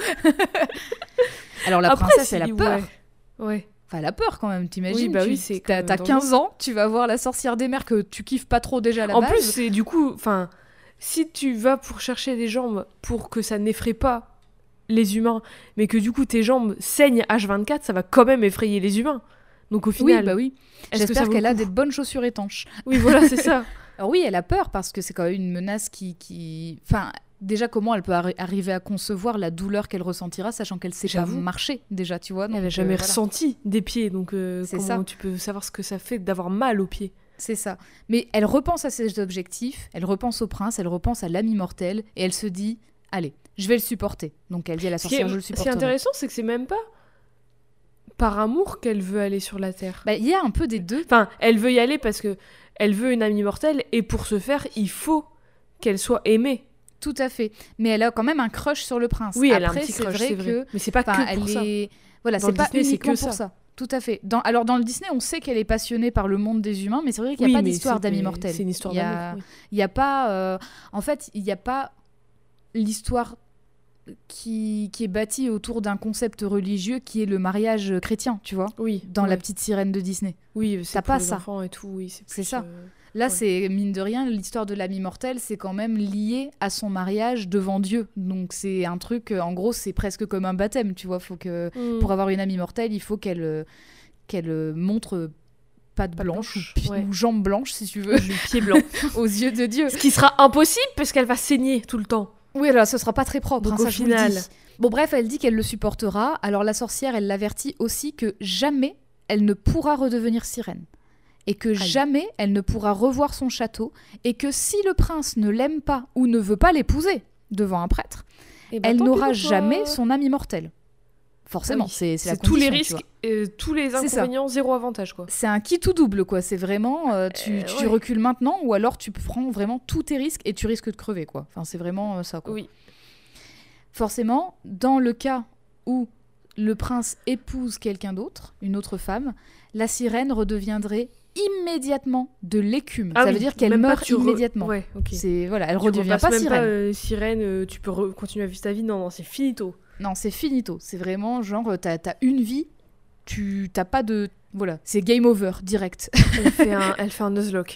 Alors la Après, princesse, elle a peur. Ouais. ouais. Enfin, elle a peur quand même, t'imagines. Oui, bah tu, oui, c'est t'as, t'as quinze ans, tu vas voir la sorcière des mers que tu kiffes pas trop déjà à la en base. En plus, c'est du coup... Enfin, si tu vas pour chercher des jambes pour que ça n'effraie pas les humains, mais que du coup tes jambes saignent H vingt-quatre, ça va quand même effrayer les humains. Donc au final... Oui, bah oui. Est-ce J'espère que qu'elle a des bonnes chaussures étanches. Oui, voilà, c'est ça. Alors oui, elle a peur parce que c'est quand même une menace qui... qui... Enfin... Déjà, comment elle peut arri- arriver à concevoir la douleur qu'elle ressentira, sachant qu'elle sait J'avoue. pas marcher, déjà, tu vois. Donc, elle n'a jamais euh, ressenti voilà. des pieds, donc euh, comment ça. tu peux savoir ce que ça fait d'avoir mal aux pieds ? C'est ça. Mais elle repense à ses objectifs, elle repense au prince, elle repense à l'âme immortelle, et elle se dit, allez, je vais le supporter. Donc elle dit à la sorcière, je le supporterai. Ce qui est intéressant, c'est que c'est même pas par amour qu'elle veut aller sur la Terre. Bah, il y a un peu des deux. Enfin, elle veut y aller parce que elle veut une âme immortelle, et pour ce faire, il faut qu'elle soit aimée. Tout à fait. Mais elle a quand même un crush sur le prince. Oui, elle Après, a un petit c'est crush, vrai c'est vrai. que... Mais c'est pas que pour ça. Est... Voilà, dans c'est pas Disney, uniquement c'est que pour ça. ça. Tout à fait. Dans... Alors, dans le Disney, on sait qu'elle est passionnée par le monde des humains, mais c'est vrai qu'il n'y a oui, pas d'histoire d'âme immortelle. C'est une histoire il y a... d'amour. Oui. Il n'y a pas... Euh... En fait, il n'y a pas l'histoire qui... qui est bâtie autour d'un concept religieux qui est le mariage chrétien, tu vois. Oui. Dans oui. La Petite Sirène de Disney. Oui, c'est T'as pour pas les ça. enfants et tout. Oui, c'est, plus, c'est ça. Euh... Là, ouais. c'est, mine de rien, l'histoire de l'âme immortelle, c'est quand même lié à son mariage devant Dieu. Donc, c'est un truc, en gros, c'est presque comme un baptême, tu vois. Faut que, mm. Pour avoir une âme immortelle, il faut qu'elle, qu'elle montre pattes blanches, blanche, ou, ouais. ou jambes blanches, si tu veux. Pieds blancs. Aux yeux de Dieu. Ce qui sera impossible, parce qu'elle va saigner tout le temps. Oui, là, ce sera pas très propre. Donc, hein, au ça, final... Bon, bref, elle dit qu'elle le supportera. Alors, la sorcière, elle l'avertit aussi que jamais elle ne pourra redevenir sirène. Et que Aïe. jamais elle ne pourra revoir son château, et que si le prince ne l'aime pas ou ne veut pas l'épouser devant un prêtre, ben, elle n'aura jamais son âme immortelle. Forcément, Ah oui. c'est, c'est la C'est tous les condition, risques, tu vois. euh, tous les C'est ça. inconvénients, zéro avantage, quoi. C'est un qui tout double, quoi. C'est vraiment, euh, tu, Euh, tu ouais. recules maintenant ou alors tu prends vraiment tous tes risques et tu risques de crever, quoi. Enfin, c'est vraiment euh, ça, quoi. Oui. Forcément, dans le cas où le prince épouse quelqu'un d'autre, une autre femme, la sirène redeviendrait immédiatement de l'écume. Ah ça oui, veut dire qu'elle même pas meurt tu re- immédiatement. Ouais, ok. C'est voilà, elle Tu redevient repasses pas même sirène. pas euh, sirène, euh, tu peux re- continuer à vivre ta vie. Non, non, c'est finito. Non, c'est finito. C'est vraiment genre euh, t'as, t'as une vie, tu t'as pas de voilà, c'est game over direct. Elle fait un, elle fait un nuzlocke.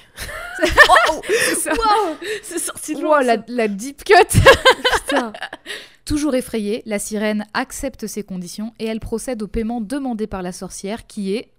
Oh, c'est ça. Wow, c'est sorti de Wow, loin, la, ça. la deep cut. Putain. Toujours effrayée, la sirène accepte ces conditions et elle procède au paiement demandé par la sorcière qui est...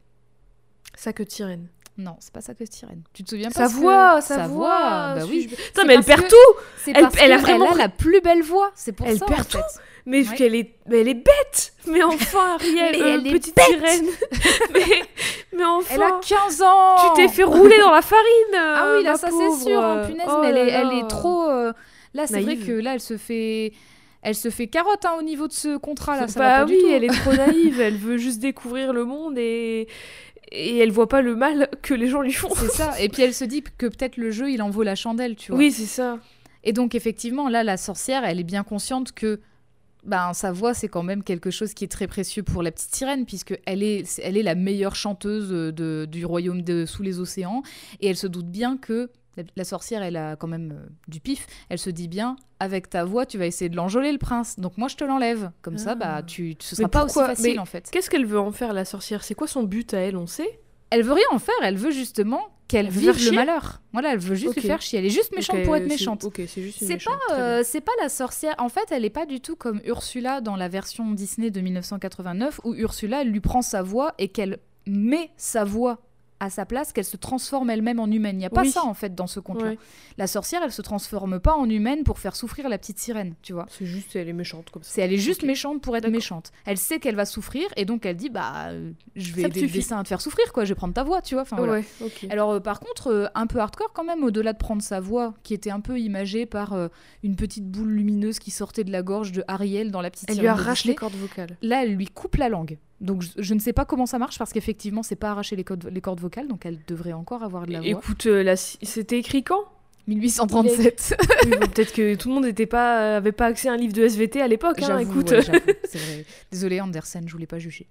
Ça que de sirène. Non, c'est pas ça que sirène. Tu te souviens pas Sa ce que- voix, sa, sa voix. voix, bah oui. suis-je- Putain, C'est mais elle parce perd que- tout. C'est Elle- parce elle a que vraiment elle a pris- la plus belle voix, c'est pour Elle ça perd en tout. fait. Mais Ouais. qu'elle est, mais elle est bête. Mais enfin, Ariel, Mais euh, elle est petite bête. sirène. mais, mais enfin. Elle a quinze ans. Tu t'es fait rouler dans la farine. Ah oui, là ma ça pauvre. c'est sûr, hein, punaise, Oh mais elle là est, elle là. est trop... euh, Là c'est vrai Naïve. que là elle se fait... Elle se fait carotte hein, au niveau de ce contrat là, ça bah va pas oui, du tout. elle est trop naïve. Elle veut juste découvrir le monde et et elle voit pas le mal que les gens lui font. C'est ça, et puis elle se dit que peut-être le jeu il en vaut la chandelle, tu vois. Oui, c'est ça. Et donc effectivement, là, la sorcière, elle est bien consciente que ben, sa voix, c'est quand même quelque chose qui est très précieux pour la petite sirène, puisque elle est, elle est la meilleure chanteuse de, du royaume de sous les océans, et elle se doute bien que la, la sorcière, elle a quand même euh, du pif. Elle se dit bien, avec ta voix, tu vas essayer de l'enjoler le prince. Donc moi, je te l'enlève. Comme ça, Ah. bah, tu, ce Mais sera pas aussi pourquoi facile Mais en fait. Qu'est-ce qu'elle veut en faire, la sorcière? C'est quoi son but à elle, on sait? Elle veut rien en faire. Elle veut justement qu'elle Elle veut vive faire le chier malheur. Voilà, elle veut juste Ok. lui faire chier. Elle est juste méchante Ok, pour être c'est- méchante. Ok, c'est juste une C'est méchante. pas, très euh, bien. c'est pas la sorcière. En fait, elle est pas du tout comme Ursula dans la version Disney de dix-neuf cent quatre-vingt-neuf où Ursula elle lui prend sa voix et qu'elle met sa voix à sa place, qu'elle se transforme elle-même en humaine. Il n'y a pas Oui. ça en fait dans ce conte-là. Ouais. La sorcière, elle se transforme pas en humaine pour faire souffrir la petite sirène, tu vois. C'est juste, elle est méchante comme ça. C'est elle est juste Ok. méchante pour être D'accord. méchante. Elle sait qu'elle va souffrir et donc elle dit bah euh, je vais Ça me aider le suffit. destin à te faire souffrir quoi. Je vais prendre ta voix, tu vois. Enfin, voilà. Ouais, ok. Alors euh, par contre, euh, un peu hardcore quand même, au-delà de prendre sa voix, qui était un peu imagée par euh, une petite boule lumineuse qui sortait de la gorge de Ariel dans la petite Elle lui sirène de arrache Disney. les cordes vocales. Là, elle lui coupe la langue. Donc je, je ne sais pas comment ça marche parce qu'effectivement, c'est pas arracher les cordes, les cordes vocales, donc elle devrait encore avoir de la voix. Écoute, euh, la- c'était écrit quand? dix-huit cent trente-sept. Oui, bon, peut-être que tout le monde n'était pas, avait pas accès à un livre de S V T à l'époque. Hein, J'avoue, écoute. ouais, j'avoue, c'est vrai. Désolée Andersen, je voulais pas juger.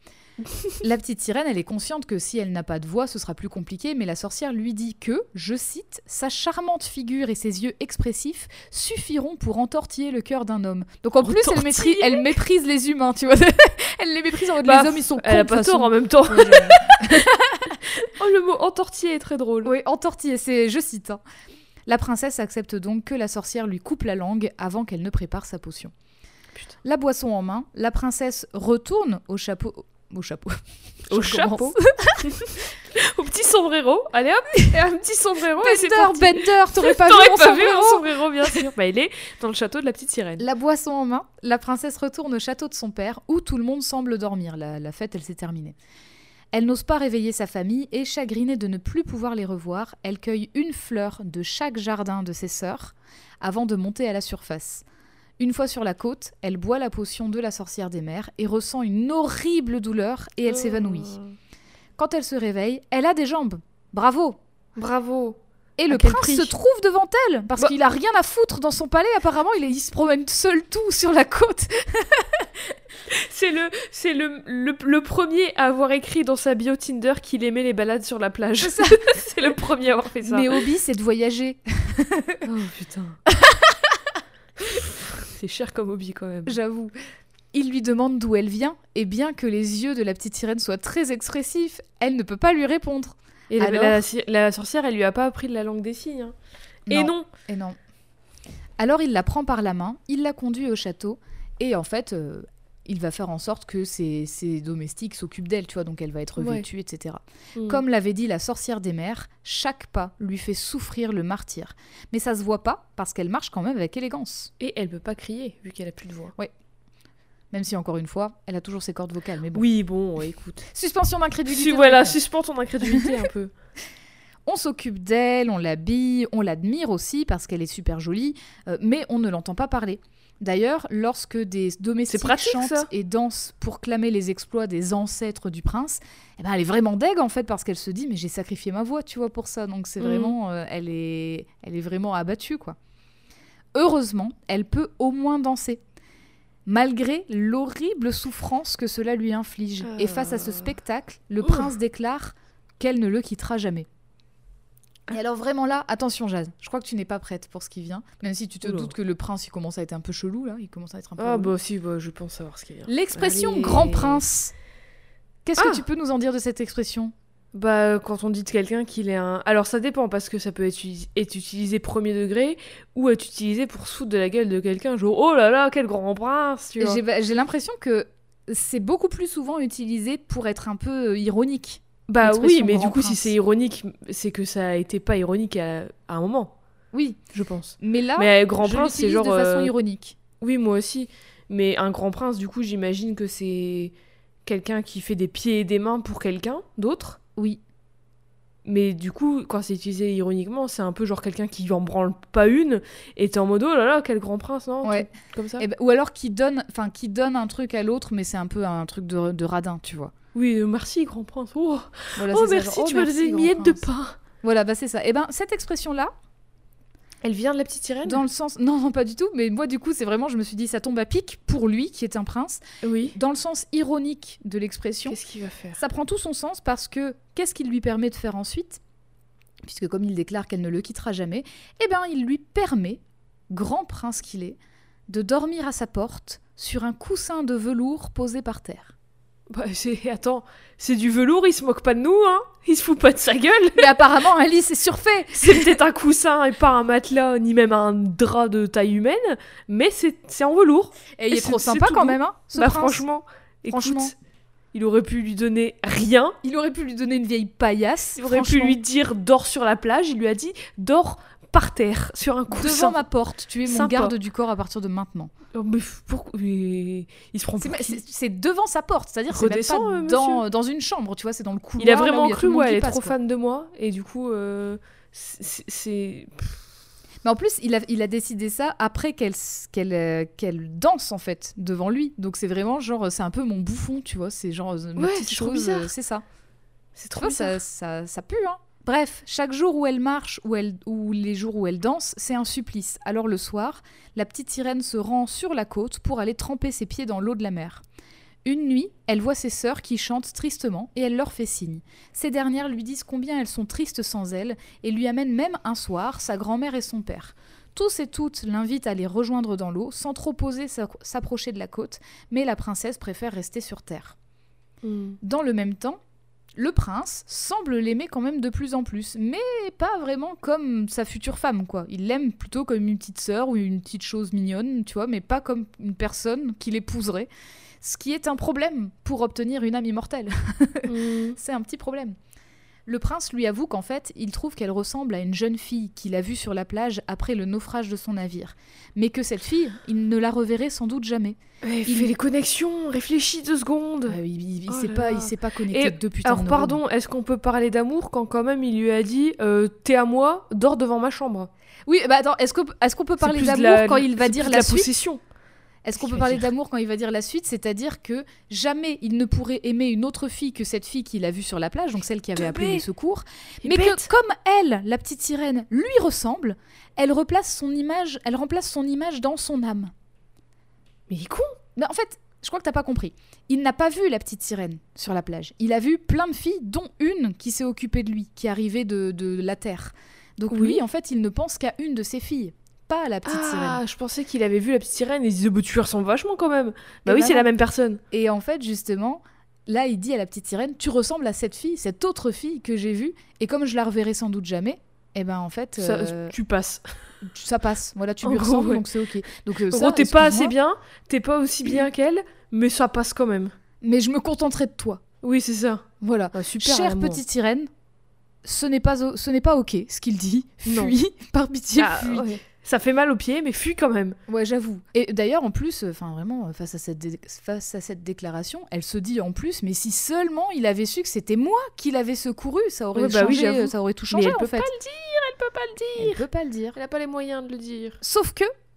La petite sirène, elle est consciente que si elle n'a pas de voix, ce sera plus compliqué, mais la sorcière lui dit que, je cite, sa charmante figure et ses yeux expressifs suffiront pour entortiller le cœur d'un homme. Donc en plus, elle, Entortiller maîtrise, elle méprise les humains, tu vois. Elle les méprise en mode Bah, les hommes, ils sont cons. Elle a de pas toute tort façon. en même temps. Ouais, j'avoue. Oh, le mot entortillé est très drôle. Oui, entortiller, c'est, je cite. hein. La princesse accepte donc que la sorcière lui coupe la langue avant qu'elle ne prépare sa potion. Putain. La boisson en main, la princesse retourne au chapeau... Au chapeau. Au Je chapeau. commence. Au petit sombrero. Allez hop, et un petit sombrero et c'est Bender, parti. Bender, t'aurais pas T'aurais vu mon pas vu sombrero mon sombrero, bien sûr. Bah, il est dans le château de la petite sirène. La boisson en main, la princesse retourne au château de son père où tout le monde semble dormir. La, la fête, elle s'est terminée. Elle n'ose pas réveiller sa famille et, chagrinée de ne plus pouvoir les revoir, elle cueille une fleur de chaque jardin de ses sœurs avant de monter à la surface. Une fois sur la côte, elle boit la potion de la sorcière des mers et ressent une horrible douleur et elle s'évanouit. Quand elle se réveille, elle a des jambes. Bravo! Bravo. Et le À quel prince prix se trouve devant elle parce Bah- qu'il a rien à foutre dans son palais. Apparemment, il, est- il se promène seul tout sur la côte. C'est le, c'est le, le, le premier à avoir écrit dans sa bio Tinder qu'il aimait les balades sur la plage. C'est ça. C'est le premier à avoir fait ça. Mes hobbies, c'est de voyager. Oh putain. C'est cher comme hobby quand même. J'avoue. Il lui demande d'où elle vient, et bien que les yeux de la petite sirène soient très expressifs, elle ne peut pas lui répondre. Et la, Alors la, la sorcière, elle lui a pas appris de la langue des signes. hein. Et non. Et non. Alors il la prend par la main, il la conduit au château, et en fait, euh, il va faire en sorte que ses, ses domestiques s'occupent d'elle, tu vois, donc elle va être Ouais. vêtue, et cetera. Mm. Comme l'avait dit la sorcière des mers, chaque pas lui fait souffrir le martyre. Mais ça se voit pas, parce qu'elle marche quand même avec élégance. Et elle peut pas crier, vu qu'elle a plus de voix. Même si, encore une fois, elle a toujours ses cordes vocales, mais bon. Oui, bon, écoute. Suspension d'incrédulité. Su- on voilà, répond. suspends ton incrédulité un peu. On s'occupe d'elle, on l'habille, on l'admire aussi parce qu'elle est super jolie, euh, mais on ne l'entend pas parler. D'ailleurs, lorsque des domestiques pratique, chantent ça. et dansent pour clamer les exploits des ancêtres du prince, eh ben elle est vraiment deg en fait parce qu'elle se dit mais j'ai sacrifié ma voix, tu vois, pour ça. Donc c'est Mhm. vraiment, euh, elle est, elle est vraiment abattue quoi. Heureusement, elle peut au moins danser, malgré l'horrible souffrance que cela lui inflige. Euh. Et face à ce spectacle, le Ouh. prince déclare qu'elle ne le quittera jamais. Et alors vraiment là, attention Jade, je crois que tu n'es pas prête pour ce qui vient, même si tu te Oula. doutes que le prince il commence à être un peu chelou là, il commence à être un peu Ah relou. bah si, bah, je pense savoir ce qu'il y a. L'expression Allez. grand prince, qu'est-ce Ah. que tu peux nous en dire de cette expression? Bah, quand on dit de quelqu'un qu'il est un... Alors, ça dépend, parce que ça peut être, uti- être utilisé premier degré ou être utilisé pour se foutre de la gueule de quelqu'un, genre « Oh là là, quel grand prince !» tu vois. J'ai bah, j'ai l'impression que c'est beaucoup plus souvent utilisé pour être un peu euh, ironique. Bah oui, l'expression mais grand du coup, si prince. c'est ironique, c'est que ça a été pas ironique à, à un moment, Oui, je pense. mais là, mais euh, grand je prince, c'est l'utilise genre... de façon euh, ironique. Oui, moi aussi. Mais un grand prince, du coup, j'imagine que c'est quelqu'un qui fait des pieds et des mains pour quelqu'un d'autre. Oui. Mais du coup, quand c'est utilisé ironiquement, c'est un peu genre quelqu'un qui en branle pas une et t'es en mode oh là là, quel grand prince, non Ouais. Comme ça. Eh ben, ou alors qui donne, enfin qui donne un truc à l'autre, mais c'est un peu un truc de, de radin, tu vois. Oui, euh, merci, grand prince. Oh, Voilà, oh c'est ça, merci, genre, tu m'as merci, donné une grand miette de prince. pain. Voilà, bah c'est ça. Et ben cette expression-là, Elle vient de la petite sirène dans le sens, non, non, pas du tout, mais moi du coup c'est vraiment, je me suis dit ça tombe à pic pour lui qui est un prince, Oui. dans le sens ironique de l'expression. Qu'est-ce qu'il va faire? Ça prend tout son sens parce que qu'est-ce qu'il lui permet de faire ensuite? Puisque comme il déclare qu'elle ne le quittera jamais, eh ben il lui permet, grand prince qu'il est, de dormir à sa porte sur un coussin de velours posé par terre. Bah, c'est... Attends, c'est du velours, il se moque pas de nous, hein. Il se fout pas de sa gueule. Mais apparemment, Alice est surfait. C'est peut-être un coussin et pas un matelas, ni même un drap de taille humaine, mais c'est, c'est en velours. Et il est C'est- trop c'est sympa tout quand beau. même, hein, ce bah prince. franchement, écoute, Franchement. il aurait pu lui donner rien. Il aurait pu lui donner une vieille paillasse. Il aurait pu franchement. lui dire dors sur la plage, il lui a dit dors par terre, sur un coussin. Devant ma porte, tu es mon Sympa. garde du corps à partir de maintenant. Oh, mais pourquoi il il se prend C'est, pour qui c'est- c'est devant sa porte, c'est-à-dire c'est même pas Redescends, euh, dans, monsieur. dans une chambre, tu vois, c'est dans le couloir. Il a là où vraiment y a tout cru, le monde ouais, qui elle est passe, trop quoi. fan de moi, et du coup, euh, c'est... c'est- Mais en plus, il a, il a décidé ça après qu'elle, s- qu'elle, euh, qu'elle danse, en fait, devant lui. Donc c'est vraiment genre, c'est un peu mon bouffon, tu vois, c'est genre euh, ma Ouais, petite c'est trop chose, bizarre. euh, c'est ça. C'est Tu trop vois, bizarre. ça, ça, ça pue, hein. Bref, chaque jour où elle marche ou, elle, ou les jours où elle danse, c'est un supplice. Alors le soir, la petite sirène se rend sur la côte pour aller tremper ses pieds dans l'eau de la mer. Une nuit, elle voit ses sœurs qui chantent tristement et elle leur fait signe. Ces dernières lui disent combien elles sont tristes sans elle et lui amènent même un soir sa grand-mère et son père. Tous et toutes l'invitent à les rejoindre dans l'eau sans trop oser s'approcher de la côte, mais la princesse préfère rester sur terre. Hmm. Dans le même temps, le prince semble l'aimer quand même de plus en plus, mais pas vraiment comme sa future femme, quoi. Il l'aime plutôt comme une petite sœur ou une petite chose mignonne, tu vois, mais pas comme une personne qu'il épouserait. Ce qui est un problème pour obtenir une âme immortelle. Hmm. C'est un petit problème. Le prince lui avoue qu'en fait, il trouve qu'elle ressemble à une jeune fille qu'il a vue sur la plage après le naufrage de son navire. Mais que cette fille, il ne la reverrait sans doute jamais. Ouais, Il- fais les connexions, réfléchis deux secondes. Euh, il il, il Oh s'est là pas, là. il s'est pas connecté Et, depuis putain alors de neurones. pardon, est-ce qu'on peut parler d'amour quand quand même il lui a dit euh, t'es à moi, dors devant ma chambre. Oui, bah attends, est-ce, que, est-ce qu'on peut C'est parler plus de d'amour la- quand il va c'est dire plus de la, la suite possession. Est-ce qu'on Il peut va parler dire. d'amour quand il va dire la suite? C'est-à-dire que jamais il ne pourrait aimer une autre fille que cette fille qu'il a vue sur la plage, donc celle qui avait De appelé bête. les secours, Il mais est que bête. comme elle, la petite sirène, lui ressemble, elle replace son image, elle remplace son image dans son âme. Mais il est con. Mais en fait, je crois que t'as pas compris. Il n'a pas vu la petite sirène sur la plage. Il a vu plein de filles, dont une qui s'est occupée de lui, qui arrivait de, de la terre. Donc Oui. lui, en fait, il ne pense qu'à une de ses filles, pas à la petite sirène. Ah, je pensais qu'il avait vu la petite sirène et il disait bah, tu lui ressembles vachement quand même. Bah Et oui, bah c'est non. la même personne. Et en fait, justement, là, il dit à la petite sirène, tu ressembles à cette fille, cette autre fille que j'ai vue, et comme je la reverrai sans doute jamais, eh ben en fait, Ça, euh, tu passes. ça passe. Voilà, tu En lui gros, ressembles, ouais. donc c'est ok. Donc euh, En ça, gros, t'es pas assez excuse-moi, bien, t'es pas aussi bien qu'elle, mais ça passe quand même. mais je me contenterai de toi. Oui, c'est ça. Voilà. Ah, super. Chère l'amour. petite sirène, ce n'est pas, o- ce n'est pas ok ce qu'il dit. Non. Fuis, par pitié, Ah, fuis. ouais. Ça fait mal aux pieds, mais fuis quand même. Ouais, j'avoue. Et d'ailleurs, en plus, enfin vraiment, face à, cette dé- face à cette déclaration, elle se dit en plus, mais si seulement il avait su que c'était moi qui l'avais secouru, ça aurait Ouais, bah oui, changé, j'avoue. ça aurait tout Mais changé elle en peut fait. pas le dire, elle peut pas le Elle dire. peut pas le dire. Elle a pas les moyens de le dire. Sauf que,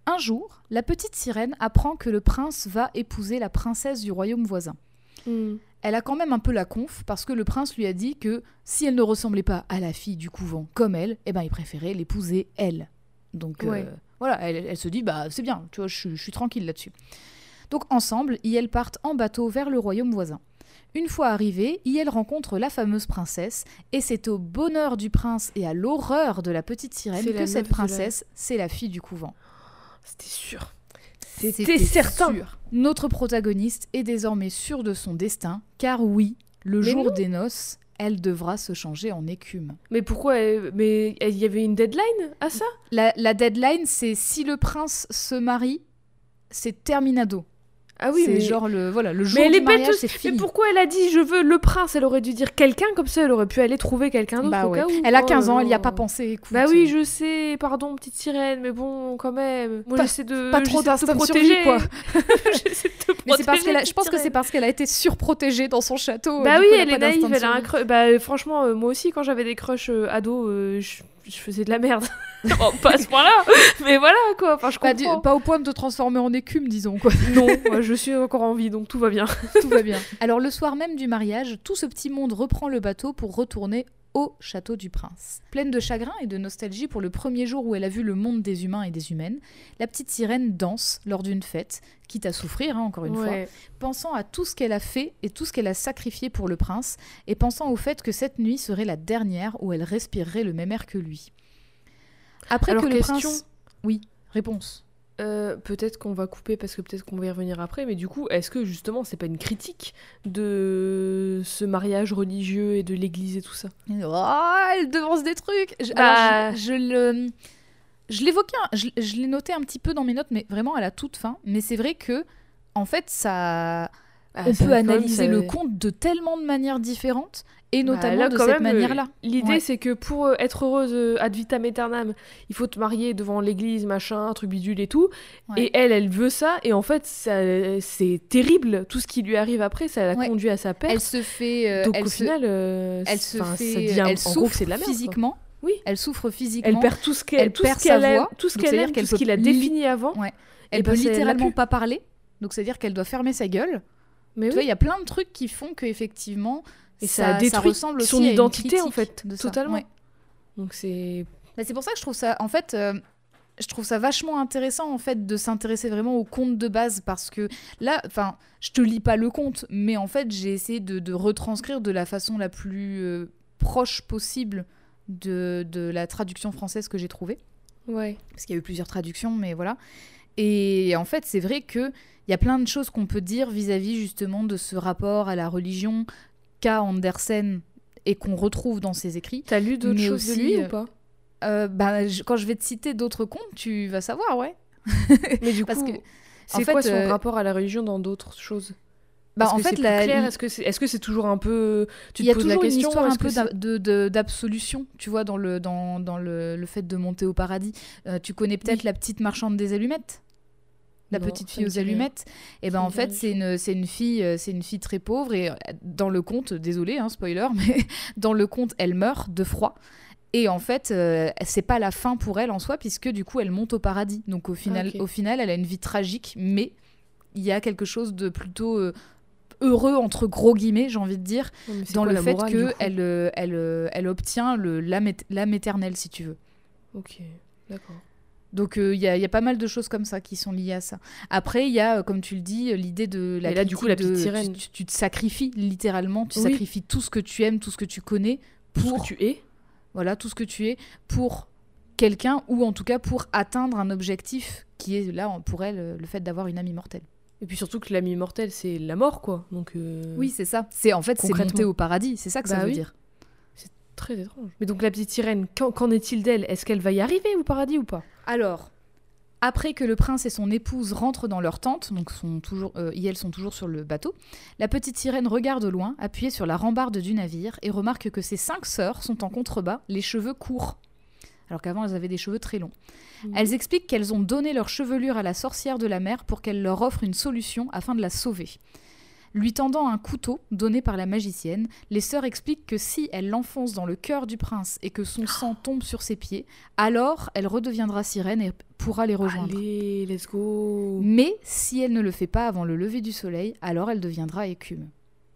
Un jour, la petite sirène apprend que le prince va épouser la princesse du royaume voisin. Mm. Elle a quand même un peu la conf parce que le prince lui a dit que si elle ne ressemblait pas à la fille du couvent comme elle, eh ben il préférait l'épouser elle. Donc Ouais. euh, voilà, elle, elle se dit bah c'est bien, tu vois, je, je suis tranquille là-dessus. Donc ensemble, ils partent en bateau vers le royaume voisin. Une fois arrivée, Iel rencontre la fameuse princesse et c'est au bonheur du prince et à l'horreur de la petite sirène C'est la que cette meuf de la- princesse, c'est la fille du couvent. C'était sûr. C'était C'était certain. sûr. Notre protagoniste est désormais sûre de son destin, car oui, le Mais jour non. des noces, elle devra se changer en écume. Mais pourquoi elle- Mais il y avait une deadline à ça? La, la deadline, c'est si le prince se marie, c'est terminado. Ah oui, c'est mais... genre le, voilà, le jour mais elle du est bête mariage, aussi. c'est fini. Mais pourquoi elle a dit je veux le prince? Elle aurait dû dire quelqu'un, comme ça elle aurait pu aller trouver quelqu'un d'autre Bah au ouais. cas où. Elle a Oh quinze là ans, elle n'y a là. pas pensé. Écoute. Bah oui, je sais, pardon petite sirène, mais bon, quand même. Moi Pas- j'essaie de, pas trop j'essaie de te d'instinct de protéger. survie, quoi. J'essaie de te protéger. Mais c'est parce qu'elle a- je petite pense que c'est sirène. parce qu'elle a été surprotégée dans son château. Bah du oui, coup, elle a est pas d'instinct naïve, de elle a un survie. crush. Bah euh, franchement, euh, moi aussi quand j'avais des crushs euh, ados, euh, je je faisais de la merde. Bon, pas à ce point-là, mais voilà quoi. Enfin, je Pas, du- comprends. pas au point de te transformer en écume, disons, quoi. Non, moi, je suis encore en vie, donc tout va bien. Tout va bien. Alors le soir même du mariage, tout ce petit monde reprend le bateau pour retourner au château du prince. Pleine de chagrin et de nostalgie pour le premier jour où elle a vu le monde des humains et des humaines, la petite sirène danse lors d'une fête, quitte à souffrir, hein, encore une fois, Ouais. pensant à tout ce qu'elle a fait et tout ce qu'elle a sacrifié pour le prince, et pensant au fait que cette nuit serait la dernière où elle respirerait le même air que lui. Après Alors, que le question. prince... Oui, réponse. Euh, peut-être qu'on va couper parce que peut-être qu'on va y revenir après, mais du coup, est-ce que justement c'est pas une critique de ce mariage religieux et de l'église et tout ça? Oh, elle devance des trucs. Je, Bah. alors, je, je le, je l'évoquais, un- je, je l'ai noté un petit peu dans mes notes, mais vraiment à la toute fin. Mais c'est vrai que, en fait, ça, Ah, on ça, peut quand même, analyser ça- le conte de tellement de manières différentes, et Bah, notamment là, de quand cette même, manière-là. L'idée, Ouais. c'est que pour euh, être heureuse euh, ad vitam aeternam, il faut te marier devant l'église, machin, truc bidule et tout. Ouais. Et elle, elle veut ça, et en fait, ça, c'est terrible. Tout ce qui lui arrive après, ça la Ouais. conduit à sa perte. Elle se fait, euh, Donc elle au se, final, euh, elle c'est- se enfin, fait, ça devient, elle en souffre gros, que c'est de la merde. quoi. physiquement. Oui. Elle souffre physiquement. Elle perd tout ce qu'elle, elle tout perd ce qu'elle sa aime, voix, tout ce donc qu'elle c'est-à-dire aime, qu'elle tout ce qu'il a peut défini avant. Ouais. Et Elle bah, peut ça, elle l'a littéralement plus. pas parler. Donc c'est-à-dire qu'elle doit fermer sa gueule. Mais Tu oui. vois, il y a plein de trucs qui font qu'effectivement, Et ça, a détruit ressemble aussi son à une identité en critique fait, de ça. totalement. Ouais. Donc c'est Bah, c'est pour ça que je trouve ça, en fait, euh, je trouve ça vachement intéressant en fait de s'intéresser vraiment au conte de base parce que là, enfin, je te lis pas le conte, mais en fait, j'ai essayé de, de retranscrire de la façon la plus euh, proche possible de, de la traduction française que j'ai trouvée. ouais. Parce qu'il y a eu plusieurs traductions, mais voilà. Et en fait, c'est vrai qu'il y a plein de choses qu'on peut dire vis-à-vis justement de ce rapport à la religion qu'a Andersen et qu'on retrouve dans ses écrits. T'as lu d'autres Mais choses de aussi, lui euh, ou pas? Euh, bah, je- quand je vais te citer d'autres contes, tu vas savoir, ouais. Mais du Parce coup, que, c'est en quoi fait, son euh, rapport à la religion dans d'autres choses? Bah, Est-ce en que fait, c'est plus la- clair? il- Est-ce que c'est est-ce que c'est toujours un peu tu il te y a poses toujours la une question histoire un est-ce que peu c'est- d'a- de- de- d'absolution, tu vois, dans le, dans, dans le, le fait de monter au paradis. Euh, tu connais peut-être Oui. la petite marchande des allumettes, la Non, petite ça fille me aux dit rien. allumettes. Et ben Ça me en dit fait, rien c'est du une, c'est une fille, euh, c'est une fille très pauvre et euh, dans le conte, désolé, hein, spoiler, mais dans le conte, elle meurt de froid. Et en fait, euh, c'est pas la fin pour elle en soi, puisque du coup, elle monte au paradis. Donc au final, ok. au final, elle a une vie tragique, mais il y a quelque chose de plutôt euh, heureux entre gros guillemets, j'ai envie de dire, Non, mais c'est dans quoi le la fait morale, du que coup elle, euh, elle, euh, elle obtient le l'âme ét- l'âme éternelle, si tu veux. Ok, d'accord. Donc il y, a- y a pas mal de choses comme ça qui sont liées à ça. Après, il y a, euh, comme tu le dis, euh, l'idée de la Et là, du coup, la critique petite de- sirène. Tu, tu- tu te sacrifies littéralement, tu Oui. sacrifies tout ce que tu aimes, tout ce que tu connais Tout ce pour que tu es. voilà tout ce que tu es pour quelqu'un ou en tout cas pour atteindre un objectif qui est là pour elle euh, le fait d'avoir une âme immortelle. Et puis surtout que l'ami immortel, c'est la mort, quoi. Donc euh, Oui, c'est ça. C'est en fait c'est Concrètement. monter au paradis, c'est ça que ça Bah veut oui. dire. très étrange. Mais donc la petite sirène, qu'en, qu'en est-il d'elle? Est-ce qu'elle va y arriver au paradis ou pas? Alors, après que le prince et son épouse rentrent dans leur tente, donc sont toujours, euh, et elles sont toujours sur le bateau, la petite sirène regarde au loin, appuyée sur la rambarde du navire, et remarque que ses cinq sœurs sont en contrebas, les cheveux courts, alors qu'avant elles avaient des cheveux très longs. Mhm. Elles expliquent qu'elles ont donné leur chevelure à la sorcière de la mer pour qu'elle leur offre une solution afin de la sauver. Lui tendant un couteau donné par la magicienne, les sœurs expliquent que si elle l'enfonce dans le cœur du prince et que son sang tombe sur ses pieds, alors elle redeviendra sirène et pourra les rejoindre. Allez, let's go. Mais si elle ne le fait pas avant le lever du soleil, alors elle deviendra écume.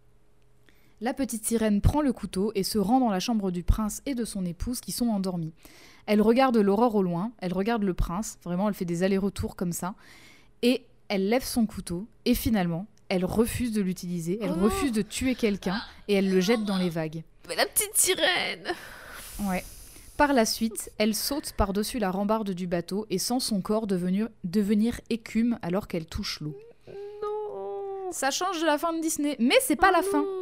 La petite sirène prend le couteau et se rend dans la chambre du prince et de son épouse qui sont endormis. Elle regarde l'aurore au loin, elle regarde le prince, vraiment elle fait des allers-retours comme ça, et elle lève son couteau et finalement, elle refuse de l'utiliser, elle oh refuse de tuer quelqu'un et elle le jette dans les vagues. Mais la petite sirène! Ouais. Par la suite, elle saute par-dessus la rambarde du bateau et sent son corps devenir, devenir écume alors qu'elle touche l'eau. Non! Ça change de la fin de Disney, mais c'est pas oh la non. fin.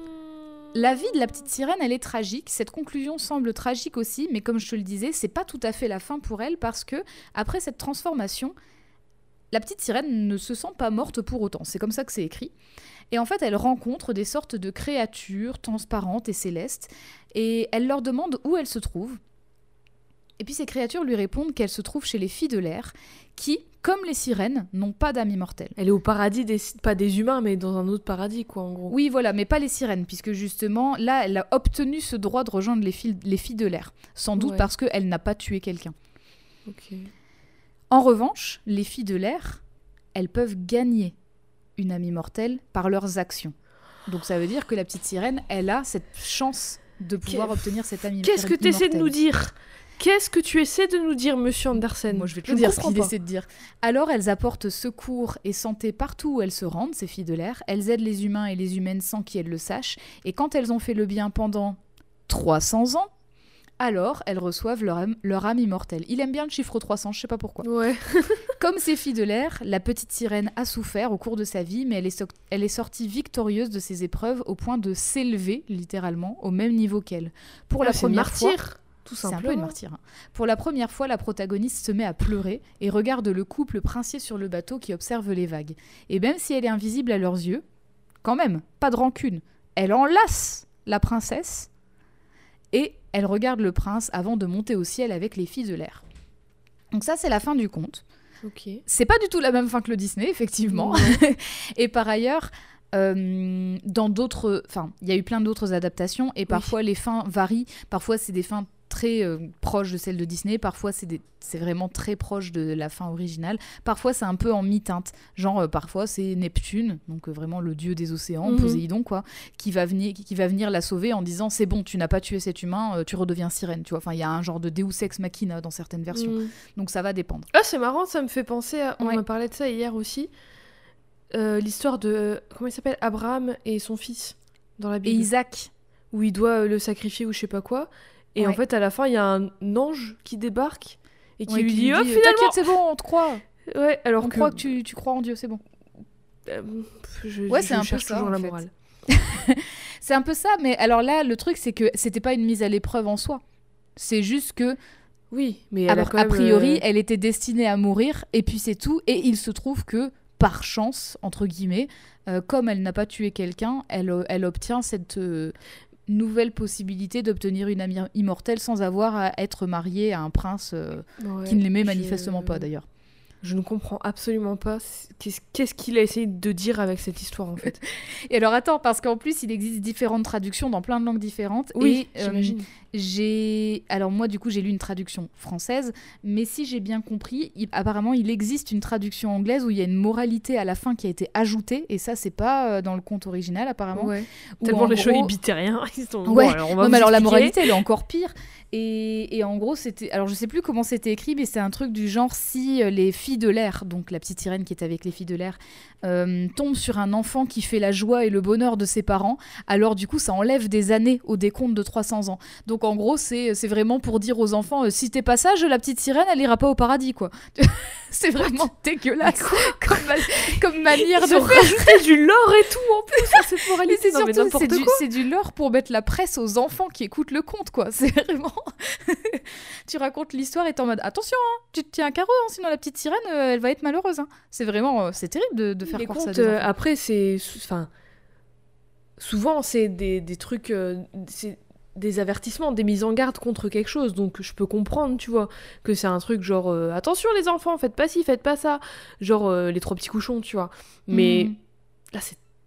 La vie de la petite sirène, elle est tragique. Cette conclusion semble tragique aussi, mais comme je te le disais, c'est pas tout à fait la fin pour elle parce que après cette transformation, la petite sirène ne se sent pas morte pour autant. C'est comme ça que c'est écrit. Et en fait, elle rencontre des sortes de créatures transparentes et célestes et elle leur demande où elles se trouvent. Et puis ces créatures lui répondent qu'elles se trouvent chez les filles de l'air qui, comme les sirènes, n'ont pas d'âme immortelle. Elle est au paradis, des, pas des humains, mais dans un autre paradis, quoi, en gros. Oui, voilà, mais pas les sirènes, puisque justement, là, elle a obtenu ce droit de rejoindre les filles, les filles de l'air. Sans doute ouais. parce qu'elle n'a pas tué quelqu'un. Ok. En revanche, les filles de l'air, elles peuvent gagner une âme immortelle par leurs actions. Donc ça veut dire que la petite sirène, elle a cette chance de pouvoir Qu'est... obtenir cette âme immortelle. Qu'est-ce que tu essaies de nous dire ? Qu'est-ce que tu essaies de nous dire, monsieur Andersen ? Moi, je vais te je dire ce qu'il essaie de dire. Alors, elles apportent secours et santé partout où elles se rendent, ces filles de l'air. Elles aident les humains et les humaines sans qu'elles le sachent. Et quand elles ont fait le bien pendant trois cents ans, alors elles reçoivent leur âme, leur âme immortelle. Il aime bien le chiffre trois cents, je sais pas pourquoi. Ouais. Comme ces filles de l'air, la petite sirène a souffert au cours de sa vie, mais elle est, so- elle est sortie victorieuse de ses épreuves au point de s'élever, littéralement, au même niveau qu'elle. Pour ah, la c'est première une martyre. fois... Tout c'est un peu une martyre. Hein. Pour la première fois, la protagoniste se met à pleurer et regarde le couple princier sur le bateau qui observe les vagues. Et même si elle est invisible à leurs yeux, quand même, pas de rancune. Elle enlace la princesse et elle regarde le prince avant de monter au ciel avec les filles de l'air. Donc ça, c'est la fin du conte. Okay. C'est pas du tout la même fin que le Disney, effectivement. Et par ailleurs... Euh, dans d'autres, enfin, il y a eu plein d'autres adaptations et parfois oui. les fins varient. Parfois, c'est des fins très euh, proches de celles de Disney. Parfois, c'est, des... c'est vraiment très proche de la fin originale. Parfois, c'est un peu en mi-teinte. Genre, euh, parfois, c'est Neptune, donc euh, vraiment le dieu des océans, mm-hmm. Poséidon, quoi, qui va venir, qui va venir la sauver en disant c'est bon, tu n'as pas tué cet humain, euh, tu redeviens sirène. Tu vois, enfin, il y a un genre de Deus ex machina dans certaines versions. Mm. Donc, ça va dépendre. Ah, c'est marrant, ça me fait penser. À... On ouais. m'a parlé de ça hier aussi. Euh, l'histoire de euh, comment il s'appelle Abraham et son fils dans la Bible. Et Isaac, où il doit le sacrifier ou je sais pas quoi. Et ouais. en fait à la fin il y a un ange qui débarque et qui ouais, lui qui dit, dit oh, finalement t'inquiète c'est bon on te croit. Ouais alors on que... croit que tu, tu crois en Dieu c'est bon. Euh, je, ouais je, c'est je un cherche peu ça, toujours la fait. morale. C'est un peu ça mais alors là le truc c'est que c'était pas une mise à l'épreuve en soi. C'est juste que oui mais a, elle a, quand même, a priori euh... elle était destinée à mourir et puis c'est tout et il se trouve que par chance, entre guillemets, euh, comme elle n'a pas tué quelqu'un, elle, elle obtient cette euh, nouvelle possibilité d'obtenir une âme immortelle sans avoir à être mariée à un prince euh, ouais, qui ne l'aimait je... manifestement pas d'ailleurs. Je ne comprends absolument pas qu'est-ce, qu'est-ce qu'il a essayé de dire avec cette histoire en fait. Et alors attends, parce qu'en plus il existe différentes traductions dans plein de langues différentes. Oui, et, j'imagine. Euh, j'ai... Alors moi du coup j'ai lu une traduction française, mais si j'ai bien compris, il... apparemment il existe une traduction anglaise où il y a une moralité à la fin qui a été ajoutée, et ça c'est pas dans le conte original apparemment. Ouais. Tellement les gros... cheveux ils bitaient rien. Ils sont... Ouais. Bon, alors on va non mais alors expliquer. La moralité elle est encore pire. Et, et en gros, c'était... Alors, je sais plus comment c'était écrit, mais c'est un truc du genre si les filles de l'air, donc la petite sirène qui est avec les filles de l'air, euh, tombe sur un enfant qui fait la joie et le bonheur de ses parents, alors du coup, ça enlève des années au décompte de trois cents ans. Donc, en gros, c'est, c'est vraiment pour dire aux enfants, euh, si t'es pas sage, la petite sirène, elle ira pas au paradis, quoi. C'est vraiment What dégueulasse comme, ma- comme manière Ils de ont faire. rajouté du lore et tout en plus à cette moralité. C'est, non, surtout, mais n'importe c'est, du, quoi. c'est du lore pour mettre la presse aux enfants qui écoutent le conte, quoi. C'est vraiment... Tu racontes l'histoire et t'es en mode attention, hein, tu te tiens un carreau, hein, sinon la petite sirène, euh, elle va être malheureuse. Hein. C'est vraiment... Euh, c'est terrible de, de faire Les croire contes, ça à des euh, enfants. après, c'est... Enfin... Souvent, c'est des, des trucs... Euh, c'est des avertissements, des mises en garde contre quelque chose, donc je peux comprendre, tu vois, que c'est un truc genre euh, attention les enfants, faites pas ci, faites pas ça, genre euh, les trois petits cochons, tu vois, mais mm. là c'est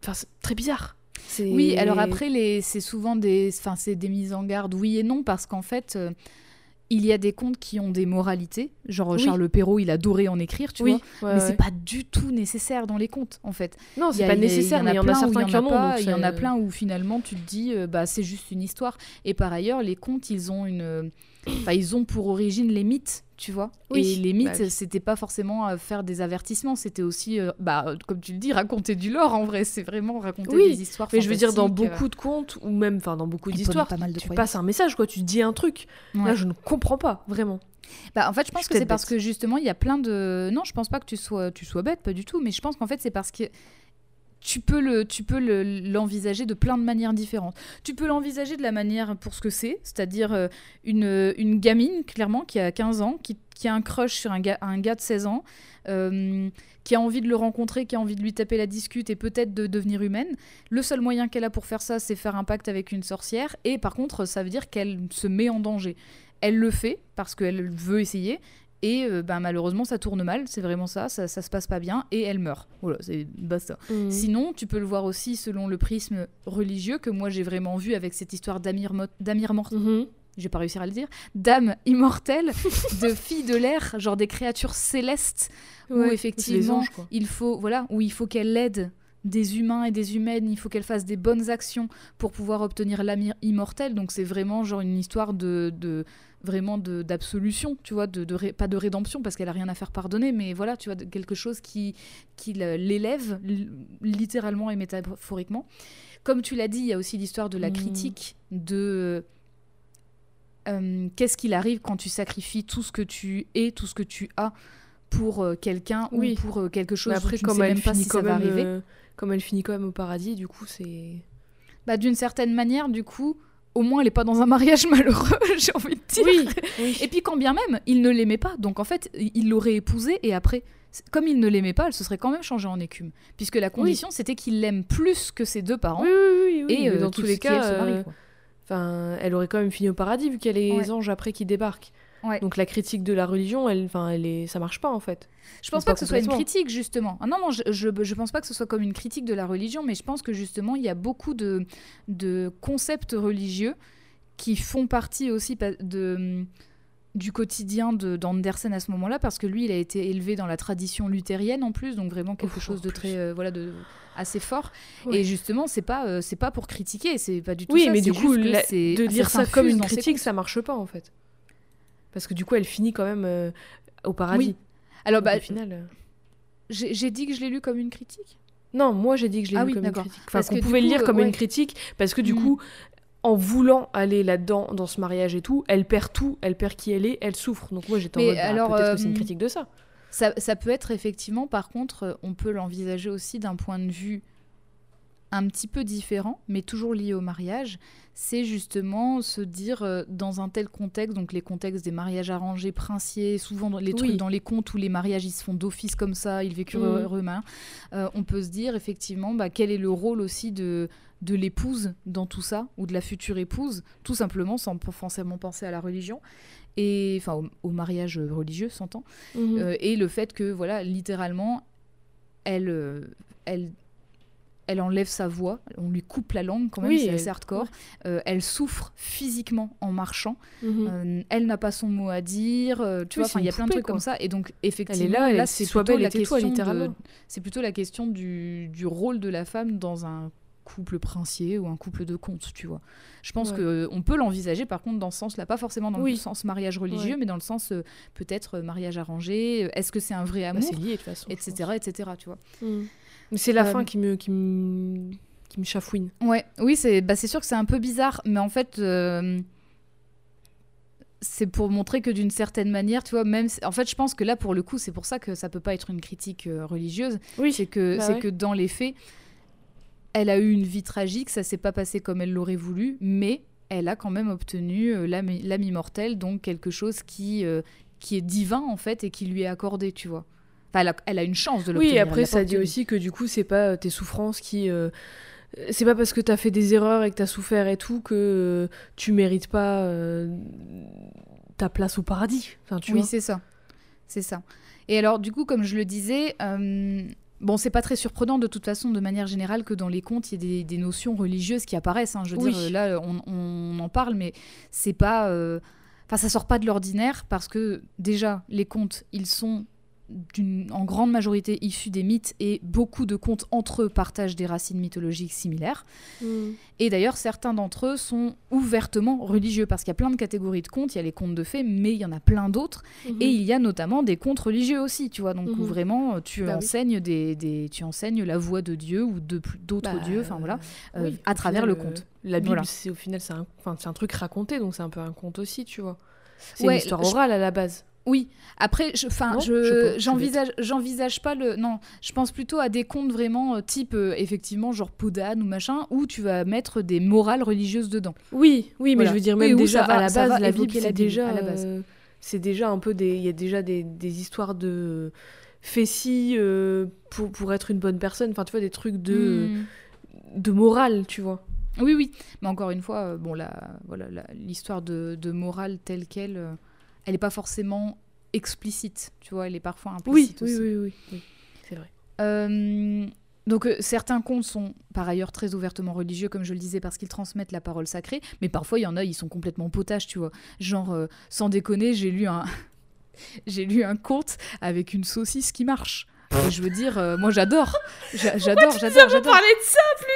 Enfin, c'est très bizarre. C'est... Oui, alors après, les... c'est souvent des... Enfin, c'est des mises en garde, oui et non, parce qu'en fait, euh, il y a des contes qui ont des moralités. Genre, oui. Charles Perrault, il adorait en écrire, tu oui, vois. ouais, mais ouais. c'est pas du tout nécessaire dans les contes, en fait. Non, c'est a, pas nécessaire, mais il y en a certains qui en ont. Il y en a plein où finalement, tu te dis, euh, bah, c'est juste une histoire. Et par ailleurs, les contes, ils ont une... Enfin, ils ont pour origine les mythes, tu vois. Oui. Et les mythes, bah, oui. c'était pas forcément euh, faire des avertissements, c'était aussi, euh, bah, comme tu le dis, raconter du lore, en vrai. C'est vraiment raconter oui, des histoires mais je veux dire, dans beaucoup de contes, ou même dans beaucoup d'histoires, tu croyances. passes un message, quoi. Tu dis un truc. Ouais. Là, je ne comprends pas, vraiment. Bah, en fait, je pense je que c'est bête. Parce que, justement, il y a plein de... Non, je pense pas que tu sois, tu sois bête, pas du tout. Mais je pense qu'en fait, c'est parce que... Tu peux, le, tu peux le, l'envisager de plein de manières différentes. Tu peux l'envisager de la manière pour ce que c'est, c'est-à-dire euh, une, une gamine, clairement, qui a quinze ans, qui, qui a un crush sur un gars, un gars de seize ans, euh, qui a envie de le rencontrer, qui a envie de lui taper la discute et peut-être de devenir humaine. Le seul moyen qu'elle a pour faire ça, c'est faire un pacte avec une sorcière. Et par contre, ça veut dire qu'elle se met en danger. Elle le fait parce qu'elle veut essayer. Et euh, bah, malheureusement, ça tourne mal, c'est vraiment ça, ça, ça se passe pas bien, et elle meurt. Voilà, c'est basta. Mmh. Sinon, tu peux le voir aussi selon le prisme religieux, que moi j'ai vraiment vu avec cette histoire d'Amir, Mo- d'Amir Mortel. Mmh. Je vais pas réussir à le dire. D'âme immortelle, de filles de l'air, genre des créatures célestes, ouais, où effectivement, anges, il faut, voilà, où il faut qu'elle aide des humains et des humaines, il faut qu'elle fasse des bonnes actions pour pouvoir obtenir l'âme immortelle. Donc c'est vraiment genre une histoire de... de vraiment de, d'absolution, tu vois, de, de ré, pas de rédemption parce qu'elle a rien à faire pardonner, mais voilà, tu vois, de, quelque chose qui, qui l'élève l- littéralement et métaphoriquement. Comme tu l'as dit, il y a aussi l'histoire de la mmh. critique de euh, qu'est-ce qu'il arrive quand tu sacrifies tout ce que tu es, tout ce que tu as pour euh, quelqu'un oui. ou pour euh, quelque chose. Mais après, où tu comme ne sais elle même pas si ça va arriver. Euh, comme elle finit quand même au paradis, du coup, c'est... Bah, d'une certaine manière, du coup... Au moins, elle n'est pas dans un mariage malheureux, j'ai envie de dire. Oui, oui. Et puis, quand bien même, il ne l'aimait pas. Donc, en fait, il l'aurait épousée et après, comme il ne l'aimait pas, elle se serait quand même changée en écume. Puisque la condition, oui. c'était qu'il l'aime plus que ses deux parents. Oui, oui, oui. oui et euh, dans tous les cas, elle, se marie, euh, elle aurait quand même fini au paradis vu qu'elle est les ouais. anges après qui débarquent. Ouais. Donc, la critique de la religion, elle, elle est... ça marche pas, en fait. Je pense pas, pas que ce soit une critique, justement. Ah non, non, je, je, je pense pas que ce soit comme une critique de la religion, mais je pense que, justement, il y a beaucoup de, de concepts religieux qui font partie aussi de, du quotidien de, d'Andersen à ce moment-là, parce que lui, il a été élevé dans la tradition luthérienne en plus, donc vraiment quelque Ouf, chose de très, euh, voilà, de assez fort. Ouais. Et justement, c'est pas, euh, c'est pas pour critiquer, c'est pas du tout oui, ça. Oui, mais c'est du coup, la, c'est, de dire ça comme une critique, ça marche pas en fait, parce que du coup, elle finit quand même euh, au paradis. Oui. Alors, donc, bah, au final, euh... j'ai, j'ai dit que je l'ai lu comme une critique. Non, moi j'ai dit que je l'ai ah lu oui, comme d'accord. une critique. Enfin, parce qu'on pouvait coup, le lire comme ouais. une critique, parce que du mmh. coup. En voulant aller là-dedans, dans ce mariage et tout, elle perd tout, elle perd qui elle est, elle souffre. Donc moi j'étais en mode, bah, alors, peut-être euh, que c'est une critique de ça. ça. Ça peut être effectivement, par contre, on peut l'envisager aussi d'un point de vue un petit peu différent, mais toujours lié au mariage. C'est justement se dire, euh, dans un tel contexte, donc les contextes des mariages arrangés, princiers, souvent dans les oui. trucs dans les contes où les mariages ils se font d'office comme ça, ils vécurent mmh. heureux, euh, on peut se dire effectivement bah, quel est le rôle aussi de... de l'épouse dans tout ça, ou de la future épouse, tout simplement, sans forcément penser à la religion, et enfin au, au mariage religieux, s'entend, mmh. euh, et le fait que, voilà, littéralement, elle, euh, elle, elle enlève sa voix, on lui coupe la langue quand même, oui, c'est assez hardcore, ouais. euh, elle souffre physiquement en marchant, mmh. euh, elle n'a pas son mot à dire, euh, tu oui, vois, il y a plein de trucs quoi. Comme ça, et donc effectivement, elle est là, elle là c'est, soit plutôt belle la question toi, littéralement. De, c'est plutôt la question du, du rôle de la femme dans un couple princier ou un couple de contes, tu vois. Je pense ouais. qu'on peut l'envisager, par contre, dans ce sens-là, pas forcément dans oui. le sens mariage religieux, ouais. mais dans le sens euh, peut-être mariage arrangé, est-ce que c'est un vrai amour, bah, c'est lié, de toute façon, et cetera, et cetera, tu vois. Mm. Mais c'est la euh, fin qui me, qui me, qui me chafouine. Ouais, oui, c'est, bah, c'est sûr que c'est un peu bizarre, mais en fait... Euh, c'est pour montrer que d'une certaine manière, tu vois, même... En fait, je pense que là, pour le coup, c'est pour ça que ça peut pas être une critique euh, religieuse, oui. c'est, que, bah c'est ouais. que dans les faits, elle a eu une vie tragique, ça s'est pas passé comme elle l'aurait voulu, mais elle a quand même obtenu euh, l'âme, l'âme immortelle, donc quelque chose qui, euh, qui est divin, en fait, et qui lui est accordé, tu vois. Enfin, elle a, elle a une chance de l'obtenir. Oui, après, ça dit aussi que du coup, c'est pas tes souffrances qui... Euh... C'est pas parce que t'as fait des erreurs et que t'as souffert et tout que euh, tu mérites pas euh, ta place au paradis. Enfin, tu oui, vois. c'est ça. C'est ça. Et alors, du coup, comme je le disais, euh, Bon, c'est pas très surprenant de toute façon, de manière générale, que dans les contes, il y ait des, des notions religieuses qui apparaissent. Hein. Je veux Oui. dire, là, on, on en parle, mais c'est pas... euh, Enfin, ça sort pas de l'ordinaire parce que, déjà, les contes, ils sont d'une- en grande majorité issus des mythes et beaucoup de contes entre eux partagent des racines mythologiques similaires. Mm. Et d'ailleurs, certains d'entre eux sont ouvertement religieux parce qu'il y a plein de catégories de contes. Il y a les contes de fées, mais il y en a plein d'autres. Mhm. Et il y a notamment des contes religieux aussi, tu vois. Donc, Mhm. où vraiment, tu Bah oui. enseignes des, des- tu enseignes la voix de Dieu ou de plus- d'autres Bah, dieux, enfin voilà, euh, oui, à au travers final, le euh, conte. La Bible, Voilà. c'est au final, c'est un, enfin, c'est un truc raconté, donc c'est un peu un conte aussi, tu vois. C'est Ouais, une histoire je- orale à la base. Oui, après, je, enfin, Non, je, je sais pas, c'est j'envisage, j'envisage pas le. Non, je pense plutôt à des contes vraiment euh, type, euh, effectivement, genre Podane ou machin, où tu vas mettre des morales religieuses dedans. Oui, oui, mais Voilà. je veux dire Oui, même où déjà ça va- à la ça base, va la évoquer Bible, la c'est Bible, déjà, à la base. euh, c'est déjà un peu des, il y a déjà des, des histoires de fessis euh, pour pour être une bonne personne. Enfin, tu vois, des trucs de Hmm. de morale, tu vois. Oui, oui. Mais encore une fois, euh, bon, la, voilà, la- l'histoire de, de morale telle qu'elle, euh, elle n'est pas forcément explicite, tu vois, elle est parfois Oui, implicite oui, aussi. oui, oui, oui, c'est vrai. Euh, donc euh, certains contes sont par ailleurs très ouvertement religieux, comme je le disais, parce qu'ils transmettent la parole sacrée, mais parfois il y en a, ils sont complètement potaches, tu vois. Genre, euh, sans déconner, j'ai lu un... j'ai lu un conte avec une saucisse qui marche. Et je veux dire, euh, moi j'adore, J'a- j'adore, j'adore, j'adore. Parler de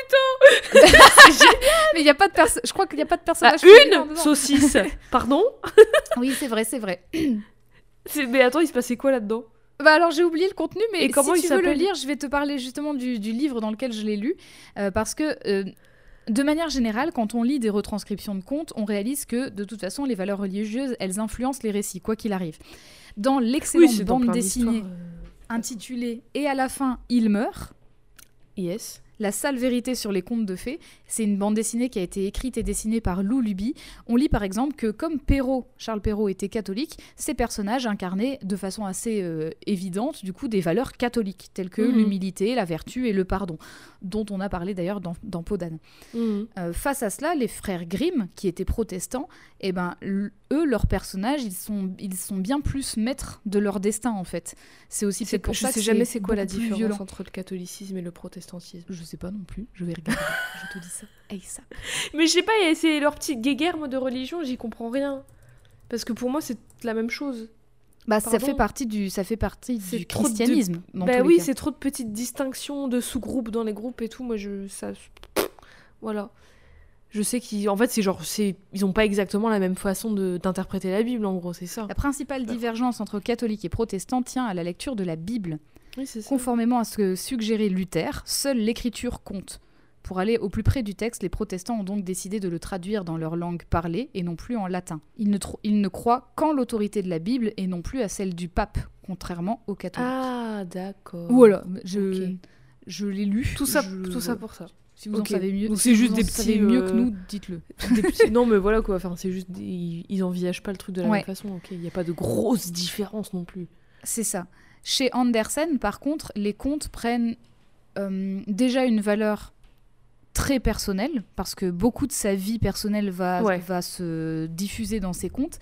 ça plutôt. Mais il y a pas de personne, je crois qu'il n'y a pas de Ah, personnage féminin une dedans. saucisse. Pardon. Oui, c'est vrai, c'est vrai. C'est- Mais attends, il se passait quoi là-dedans? Bah alors j'ai oublié le contenu, mais Et comment si il tu veux le s'appelle lire, je vais te parler justement du, du livre dans lequel je l'ai lu, euh, parce que euh, de manière générale, quand on lit des retranscriptions de contes, on réalise que de toute façon, les valeurs religieuses, elles influencent les récits, quoi qu'il arrive. Dans l'excellente c'est dans bande plein dessinée d'histoires, euh. intitulée « Et à la fin, il meurt », Yes. La sale vérité sur les contes de fées, c'est une bande dessinée qui a été écrite et dessinée par Lou Luby. On lit par exemple que comme Perrault, Charles Perrault était catholique, ces personnages incarnaient de façon assez euh, évidente du coup des valeurs catholiques telles que Mhm. l'humilité, la vertu et le pardon, dont on a parlé d'ailleurs dans, dans Podane. Mhm. Euh, face à cela, les frères Grimm, qui étaient protestants, eh ben, l- eux, leurs personnages, ils sont, ils sont bien plus maîtres de leur destin en fait. C'est aussi C'est peut-être pour pour je ça sais que jamais c'est c'est quoi la beaucoup plus différence violent. entre le catholicisme et le protestantisme. Je sais pas non plus, je vais regarder, je te dis ça. Hey, ça. Mais je sais pas, et c'est leur petite guéguerre moi de religion, j'y comprends rien. Parce que pour moi c'est la même chose. Bah, ça Pardon fait partie du, ça fait partie C'est du trop de- christianisme. Dans Bah tous les oui, cas. c'est trop de petites distinctions de sous-groupes dans les groupes et tout. Moi je ça voilà. Je sais qu'ils en fait c'est genre c'est ils ont pas exactement la même façon de d'interpréter la Bible en gros, c'est ça. La principale divergence entre catholiques et protestants tient à la lecture de la Bible. Oui, c'est ça. Conformément à ce que suggérait Luther, seule l'écriture compte. Pour aller au plus près du texte, les protestants ont donc décidé de le traduire dans leur langue parlée et non plus en latin. Ils ne, tro- ils ne croient qu'en l'autorité de la Bible et non plus à celle du pape, contrairement aux catholiques. Ah, d'accord. Voilà, je, Ok. je l'ai lu. Tout ça Je- tout ça pour ça. Si vous en Ok. savez mieux, Donc si c'est vous juste en des savez petits, mieux euh, que nous, dites-le. Des petits- Non mais voilà quoi, enfin c'est juste des- ils, ils envisagent pas le truc de la Ouais. même façon. OK, il y a pas de grosses différences non plus. C'est ça. Chez Andersen, par contre, les contes prennent euh, déjà une valeur très personnelle, parce que beaucoup de sa vie personnelle va, Ouais. va se diffuser dans ses contes,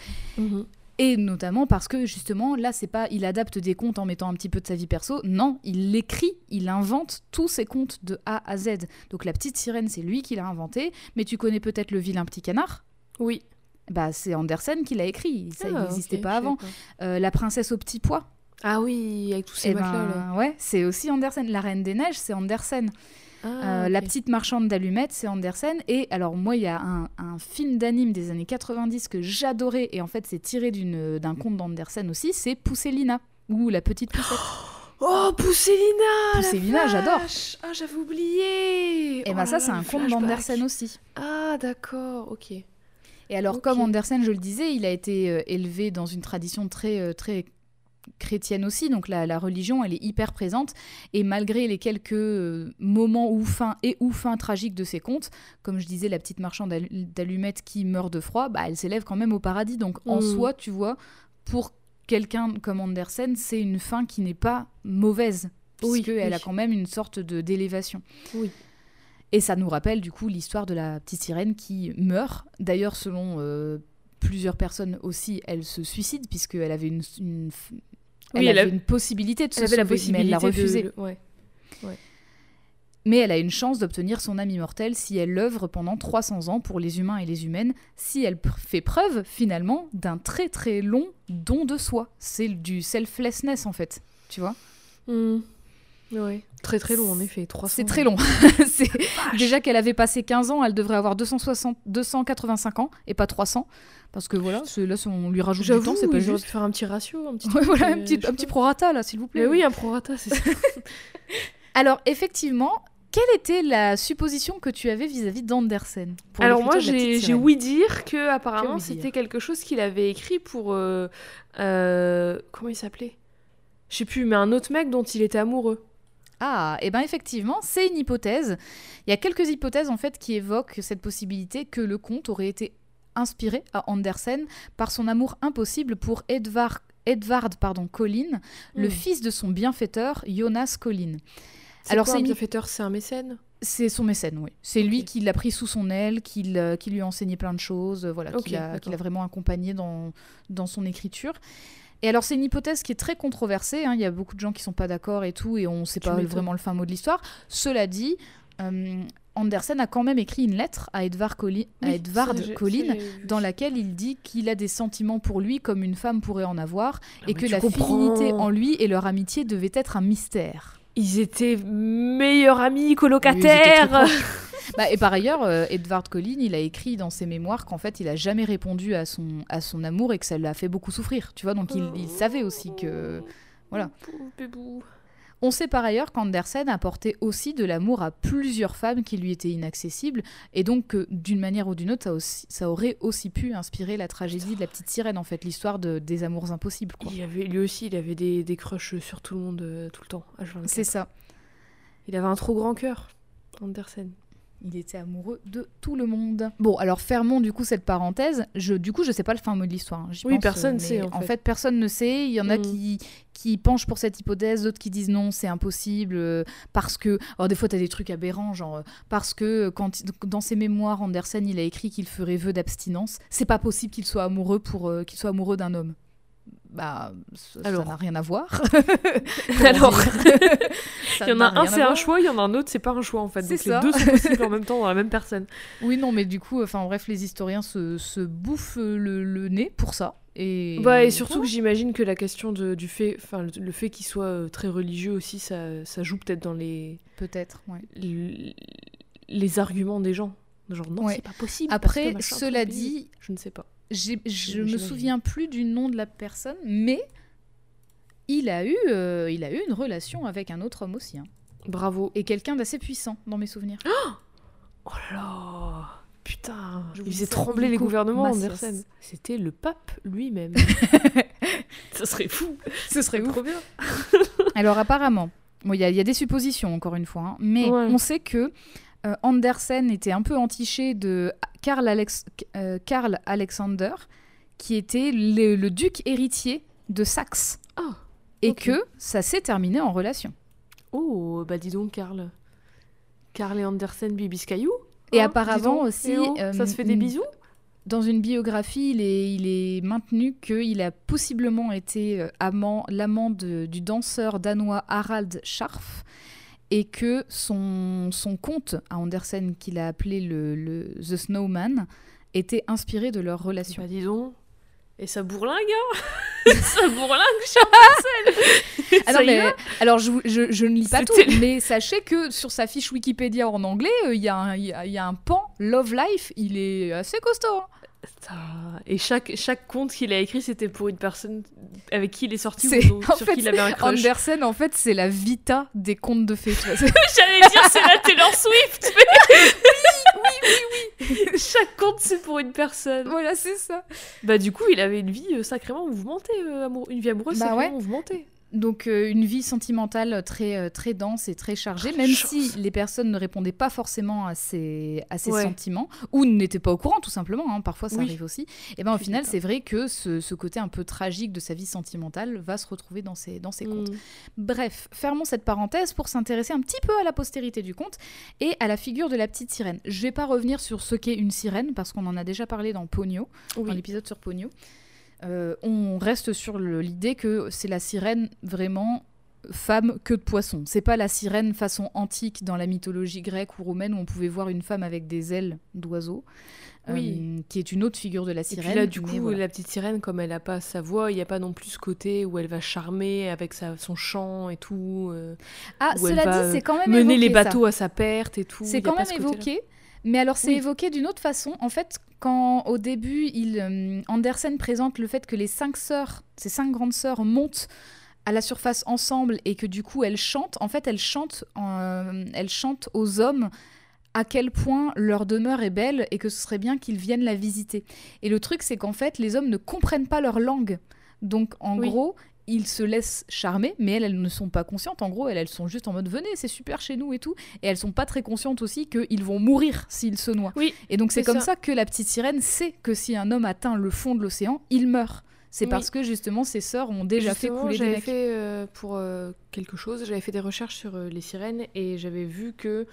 et notamment parce que justement, là, c'est pas il adapte des contes en mettant un petit peu de sa vie perso, non, il l'écrit, il invente tous ses contes de A à Z. Donc la petite sirène, c'est lui qui l'a inventé, mais tu connais peut-être le vilain petit canard. Oui. Bah, c'est Andersen qui l'a écrit, ça Ah, n'existait ok, pas je avant. savais Euh, la princesse au petit pois. Ah oui, avec tous ces Eh matelas là. ben, ouais, c'est aussi Andersen. La Reine des Neiges, c'est Andersen. Ah, Euh, La ok. petite marchande d'allumettes, c'est Andersen. Et alors, moi, il y a un, un film d'anime des années quatre-vingt-dix que j'adorais. Et en fait, c'est tiré d'une- d'un conte d'Andersen aussi. C'est Pousselina, ou La petite poussette. Oh, Pousselina la Pousselina, j'adore. vache. Ah, j'avais oublié. Et Oh ben là ça, là, c'est le un conte flashback. d'Andersen aussi. Ah, d'accord, ok. Et alors, Ok. comme Andersen, je le disais, il a été euh, élevé dans une tradition très, euh, très chrétienne aussi, donc la, la religion, elle est hyper présente, et malgré les quelques euh, moments ou fins et ou fins tragiques de ses contes, comme je disais, la petite marchande d'al- d'allumettes qui meurt de froid, bah, elle s'élève quand même au paradis, donc en Mm. soi, tu vois, pour quelqu'un comme Andersen, c'est une fin qui n'est pas mauvaise, Oui, puisqu'elle oui. a quand même une sorte de d'élévation. Oui. Et ça nous rappelle du coup l'histoire de la petite sirène qui meurt. D'ailleurs, selon euh, plusieurs personnes aussi, elle se suicide puisqu'elle avait une, une, Oui, elle elle avait a- une possibilité de se Elle avait la sauver, mais elle possibilité l'a refusé. de... Ouais. Ouais. Mais elle a une chance d'obtenir son âme immortelle si elle œuvre pendant trois cents ans pour les humains et les humaines, si elle pr- fait preuve, finalement, d'un très très long don de soi. C'est du selflessness, en fait, tu vois. Mmh. Ouais. Très très long, en effet, trois cents. C'est très long. c'est... Déjà qu'elle avait passé quinze ans, elle devrait avoir deux cent soixante, deux cent quatre-vingt-cinq ans, et pas trois cents, parce que voilà, c'est, là, on lui rajoute J'avoue, du temps, c'est pas il aurait juste. pu faire un petit ratio, un petit Ouais, truc, voilà, euh, un petit, je un petit prorata, là, s'il vous plaît. Mais oui, un prorata, c'est ça. Alors, effectivement, quelle était la supposition que tu avais vis-à-vis d'Andersen pour Alors moi, l'écriture de la j'ai, petite j'ai sirène ouï dire que Que apparemment ouï c'était dire. quelque chose qu'il avait écrit pour... euh, euh, comment il s'appelait ? Je sais plus, mais un autre mec dont il était amoureux. Ah, et bien effectivement, c'est une hypothèse. Il y a quelques hypothèses en fait qui évoquent cette possibilité que le conte aurait été inspiré à Andersen par son amour impossible pour Edvard, Edvard pardon, Collin, le Hmm. fils de son bienfaiteur Jonas Collin. C'est Alors, quoi, c'est un une- bienfaiteur, c'est un mécène ? C'est son mécène, oui. C'est lui Ok. qui l'a pris sous son aile, qui, l'a- qui lui a enseigné plein de choses, euh, voilà, Ok, qui, l'a, d'accord. qui l'a vraiment accompagné dans, dans son écriture. Et alors, c'est une hypothèse qui est très controversée, hein. Il y a beaucoup de gens qui sont pas d'accord et tout, et on ne sait Tu pas m'étonnes. vraiment le fin mot de l'histoire. Cela dit, euh, Andersen a quand même écrit une lettre à Edvard, Colli- à Oui, Edvard ça, j'ai- Collin, ça, j'ai vu. dans laquelle il dit qu'il a des sentiments pour lui comme une femme pourrait en avoir, Ah, et mais que tu la comprends. fidélité en lui et leur amitié devaient être un mystère. Ils étaient meilleurs amis, Oui, ils étaient très colocataires. proches. Bah, et par ailleurs, euh, Edvard Collin, il a écrit dans ses mémoires qu'en fait, il a jamais répondu à son, à son amour et que ça l'a fait beaucoup souffrir, tu vois. Donc, il, il savait aussi que... Voilà. Bébou. On sait par ailleurs qu'Andersen a porté aussi de l'amour à plusieurs femmes qui lui étaient inaccessibles, et donc que d'une manière ou d'une autre, ça, aussi- ça aurait aussi pu inspirer la tragédie de la petite sirène, en fait, l'histoire de, des amours impossibles, quoi. Il avait, lui aussi, il avait des, des crushs sur tout le monde, euh, tout le temps, H vingt-quatre. C'est ça. Il avait un trop grand cœur, Andersen. Il était amoureux de tout le monde. Bon, alors fermons du coup cette parenthèse. Je, du coup, je sais pas le fin mot de l'histoire, hein, j'y Oui, pense, personne mais sait, en En fait. fait, personne ne sait. Il y en a Mm. qui, qui penchent pour cette hypothèse, d'autres qui disent non, c'est impossible, euh, parce que... Alors des fois, t'as des trucs aberrants, genre... euh, parce que quand, dans ses mémoires, Andersen, il a écrit qu'il ferait vœu d'abstinence. C'est pas possible qu'il soit amoureux, pour, euh, qu'il soit amoureux d'un homme. Bah, ça Alors. ça n'a rien à voir. Alors, Ça il y en n'a a un, rien à c'est un voir. choix, il y en a un autre, c'est pas un choix, en fait. C'est Donc ça. les deux sont possibles en même temps dans la même personne. Oui, non, mais du coup, enfin bref, les historiens se, se bouffent le, le nez pour ça. Et, Bah, et surtout que j'imagine que la question de, du fait, enfin, le, le fait qu'il soit euh, très religieux aussi, ça, ça joue peut-être dans les, Peut-être, ouais. les, les arguments des gens. Genre, non, Ouais. c'est pas possible. Après, parce que machin, cela truc, dit, je ne sais pas. j'ai- je J'imagine. me souviens plus du nom de la personne, mais il a eu, euh, il a eu une relation avec un autre homme aussi, hein. Bravo. Et quelqu'un d'assez puissant dans mes souvenirs. Oh là là. Putain, Je vous il dis faisait ça, trembler les Nico gouvernements, Macias. Andersen. C'était le pape lui-même. Ça serait fou. Ce serait ouf. Trop bien. Alors apparemment, bon, il y, a- il y a des suppositions encore une fois, hein, mais Ouais. on sait que euh, Andersen était un peu entiché de Karl, Alex- euh, Karl Alexander, qui était le, le duc héritier de Saxe, Ah. et ok. que ça s'est terminé en relation. Oh, bah dis donc, Karl. Karl et Andersen, Bibiscaillou. Et Hein, apparemment dis donc. aussi, Eh oh, euh, ça se fait des une- bisous. Dans une biographie, il est, il est maintenu qu'il a possiblement été euh, amant, l'amant de- du danseur danois Harald Scharf, et que son, son conte à Andersen, qu'il a appelé le, le The Snowman, était inspiré de leur relation. Bah dis donc. Et ça bourlingue, hein. Ça bourlingue, cher Marcel. Ah non, Ça y mais, va. alors, je, vous- je, je ne lis pas tout, C'était- mais sachez que sur sa fiche Wikipédia en anglais, euh, il y, a un- il y a- il y a un pan Love Life, il est assez costaud, hein. Putain. Et chaque, chaque conte qu'il a écrit, c'était pour une personne avec qui il est sorti C'est- ou en sur fait, qui il avait un crush. Andersen, en fait, c'est la vita des contes de fées. Tu vois. J'allais dire, c'est la Taylor Swift. Mais... oui, oui, oui, oui. Chaque conte, c'est pour une personne. Voilà, c'est ça. Bah du coup, il avait une vie euh, sacrément mouvementée, euh, amour... une vie amoureuse Bah sacrément ouais. mouvementée. Donc euh, une vie sentimentale très, euh, très dense et très chargée, Oh, même chance. si les personnes ne répondaient pas forcément à ces, à ces Ouais. sentiments, ou n'étaient pas au courant tout simplement, hein, parfois ça Oui. arrive aussi. Et ben au Je suis final, d'accord. c'est vrai que ce, ce côté un peu tragique de sa vie sentimentale va se retrouver dans ses, dans ses contes. Mm. Bref, fermons cette parenthèse pour s'intéresser un petit peu à la postérité du conte et à la figure de la petite sirène. Je vais pas revenir sur ce qu'est une sirène, parce qu'on en a déjà parlé dans Pogno, dans Oui. l'épisode sur Pogno. Euh, on reste sur le- l'idée que c'est la sirène vraiment femme que de poisson. C'est pas la sirène façon antique dans la mythologie grecque ou romaine où on pouvait voir une femme avec des ailes d'oiseau, oui. euh, qui est une autre figure de la sirène. Et puis là, du coup, voilà. La petite sirène, comme elle a pas sa voix, il n'y a pas non plus ce côté où elle va charmer avec sa, son chant et tout. Euh, ah, cela dit, c'est quand même mener évoqué, les bateaux ça. à sa perte et tout. C'est quand même évoqué. Mais alors, c'est oui. évoqué d'une autre façon. En fait, quand au début, il, euh, Andersen présente le fait que les cinq sœurs, ces cinq grandes sœurs, montent à la surface ensemble et que du coup, elles chantent. En fait, elles chantent, euh, elles chantent aux hommes à quel point leur demeure est belle et que ce serait bien qu'ils viennent la visiter. Et le truc, c'est qu'en fait, les hommes ne comprennent pas leur langue. Donc, en oui. gros... ils se laissent charmer, mais elles, elles ne sont pas conscientes. En gros, elles, elles sont juste en mode « venez, c'est super chez nous » et tout. Et elles sont pas très conscientes aussi qu'ils vont mourir s'ils se noient. Oui, et donc, c'est, c'est comme ça. ça que la petite sirène sait que si un homme atteint le fond de l'océan, il meurt. C'est oui. parce que, justement, ses sœurs ont déjà justement, fait couler des mecs. J'avais fait, euh, pour euh, quelque chose, j'avais fait des recherches sur euh, les sirènes et j'avais vu que...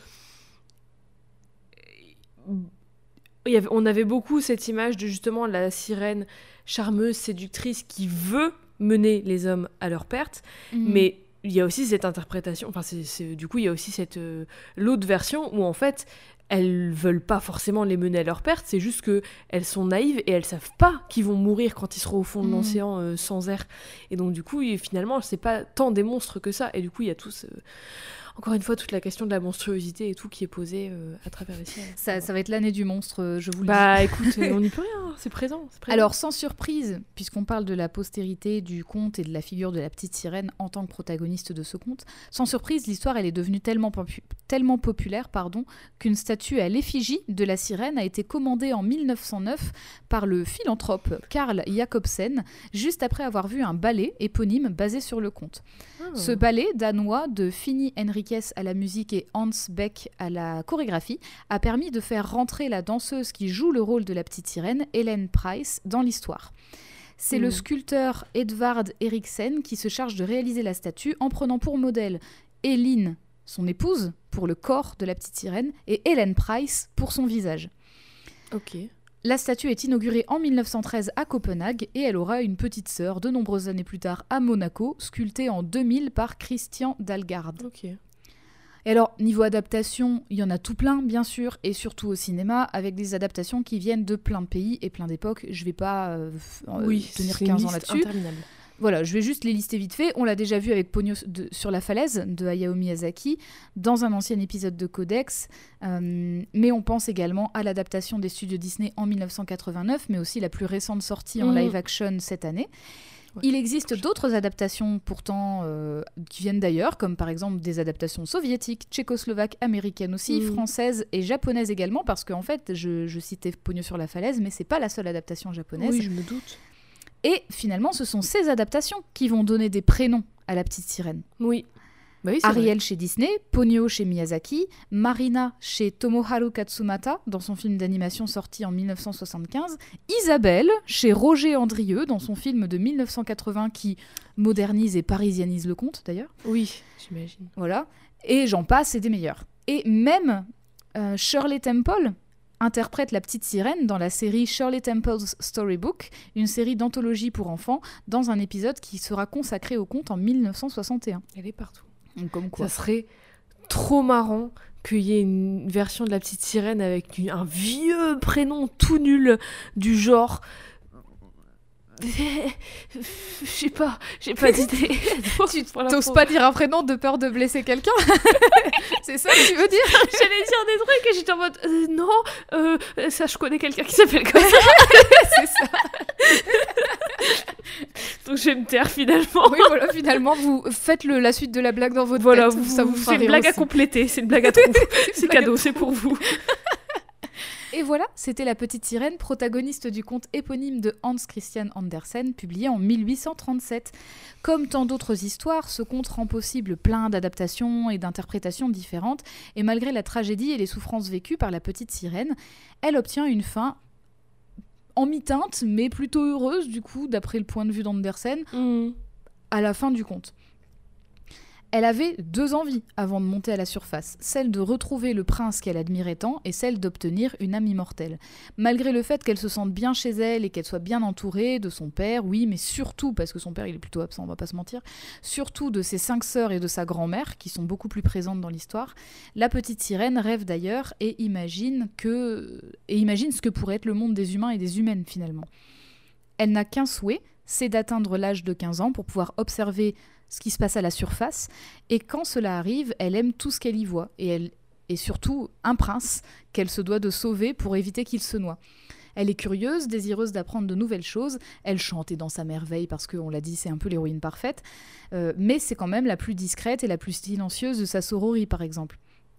Il y avait, on avait beaucoup cette image de, justement, la sirène charmeuse, séductrice qui veut mener les hommes à leur perte, mmh. mais il y a aussi cette interprétation, enfin c'est, c'est, du coup il y a aussi cette euh, l'autre version où en fait elles veulent pas forcément les mener à leur perte, c'est juste que elles sont naïves et elles savent pas qu'ils vont mourir quand ils seront au fond de mmh. l'océan euh, sans air, et donc du coup finalement c'est pas tant des monstres que ça, et du coup il y a tout ce... Encore une fois, toute la question de la monstruosité et tout qui est posée euh, à travers les sirènes. Ça, ça va être l'année du monstre, je vous le bah, dis. Bah écoute, on n'y peut rien, c'est présent, c'est présent. Alors, sans surprise, puisqu'on parle de la postérité du conte et de la figure de la petite sirène en tant que protagoniste de ce conte, sans surprise, l'histoire elle est devenue tellement, popu- tellement populaire pardon, qu'une statue à l'effigie de la sirène a été commandée en mille neuf cent neuf par le philanthrope Carl Jacobsen, juste après avoir vu un ballet éponyme basé sur le conte. Oh. Ce ballet danois de Fini Henriques à la musique et Hans Beck à la chorégraphie a permis de faire rentrer la danseuse qui joue le rôle de la petite sirène, Ellen Price, dans l'histoire. C'est mmh. le sculpteur Edvard Eriksen qui se charge de réaliser la statue en prenant pour modèle Elin, son épouse, pour le corps de la petite sirène, et Ellen Price pour son visage. Ok. La statue est inaugurée en mille neuf cent treize à Copenhague et elle aura une petite sœur de nombreuses années plus tard à Monaco, sculptée en deux mille par Christian Dalgarde. Ok. Et alors, niveau adaptation, il y en a tout plein, bien sûr, et surtout au cinéma, avec des adaptations qui viennent de plein de pays et plein d'époques. Je vais pas euh, oui, tenir quinze ans là-dessus. Voilà, je vais juste les lister vite fait. On l'a déjà vu avec Pogno de, sur la falaise de Hayao Miyazaki, dans un ancien épisode de Codex, euh, mais on pense également à l'adaptation des studios Disney en mille neuf cent quatre-vingt-neuf, mais aussi la plus récente sortie mmh. en live-action cette année. Ouais, Il existe d'autres adaptations pourtant euh, qui viennent d'ailleurs, comme par exemple des adaptations soviétiques, tchécoslovaques, américaines aussi, mmh. françaises et japonaises également, parce qu'en fait, je, je citais Pogno sur la falaise, mais c'est pas la seule adaptation japonaise. Oui, je me doute. Et finalement, ce sont ces adaptations qui vont donner des prénoms à la petite sirène. Oui. Bah oui, Ariel vrai. Chez Disney, Ponyo chez Miyazaki, Marina chez Tomoharu Katsumata dans son film d'animation sorti en mille neuf cent soixante-quinze, Isabelle chez Roger Andrieux dans son film de mille neuf cent quatre-vingts qui modernise et parisianise le conte d'ailleurs. Oui, j'imagine. Voilà, et j'en passe, c'est des meilleurs. Et même euh, Shirley Temple interprète la petite sirène dans la série Shirley Temple's Storybook, une série d'anthologie pour enfants, dans un épisode qui sera consacré au conte en mille neuf cent soixante et un. Elle est partout. Comme quoi. Ça serait trop marrant qu'il y ait une version de la petite sirène avec une, un vieux prénom tout nul du genre... Je sais pas, j'ai pas d'idée. Tu t'oses pas dire un prénom de peur de blesser quelqu'un? C'est ça que tu veux dire? J'allais dire des trucs et j'étais en mode euh, non, euh, ça je connais quelqu'un qui s'appelle comme ça. C'est ça. Donc je vais me taire finalement. Oui, voilà, finalement, vous faites le, la suite de la blague dans votre voilà, tête. Vous, ça vous fera c'est une blague aussi. à compléter, c'est une blague à trou. c'est, c'est cadeau, c'est pour vous. Et voilà, c'était La Petite Sirène, protagoniste du conte éponyme de Hans Christian Andersen, publié en mille huit cent trente-sept. Comme tant d'autres histoires, ce conte rend possible plein d'adaptations et d'interprétations différentes, et malgré la tragédie et les souffrances vécues par la Petite Sirène, elle obtient une fin en mi-teinte, mais plutôt heureuse, du coup, d'après le point de vue d'Andersen, mmh. à la fin du conte. Elle avait deux envies avant de monter à la surface, celle de retrouver le prince qu'elle admirait tant et celle d'obtenir une âme immortelle. Malgré le fait qu'elle se sente bien chez elle et qu'elle soit bien entourée de son père, oui, mais surtout, parce que son père il est plutôt absent, on va pas se mentir, surtout de ses cinq sœurs et de sa grand-mère, qui sont beaucoup plus présentes dans l'histoire, la petite sirène rêve d'ailleurs et imagine, que... et imagine ce que pourrait être le monde des humains et des humaines finalement. Elle n'a qu'un souhait, c'est d'atteindre l'âge de quinze ans pour pouvoir observer ce qui se passe à la surface, et quand cela arrive, elle aime tout ce qu'elle y voit, et elle est surtout un prince qu'elle se doit de sauver pour éviter qu'il se noie. Elle est curieuse, désireuse d'apprendre de nouvelles choses, elle chante et danse à merveille parce qu'on l'a dit, c'est un peu l'héroïne parfaite, euh, mais c'est quand même la plus discrète et la plus silencieuse de sa sororie par exemple.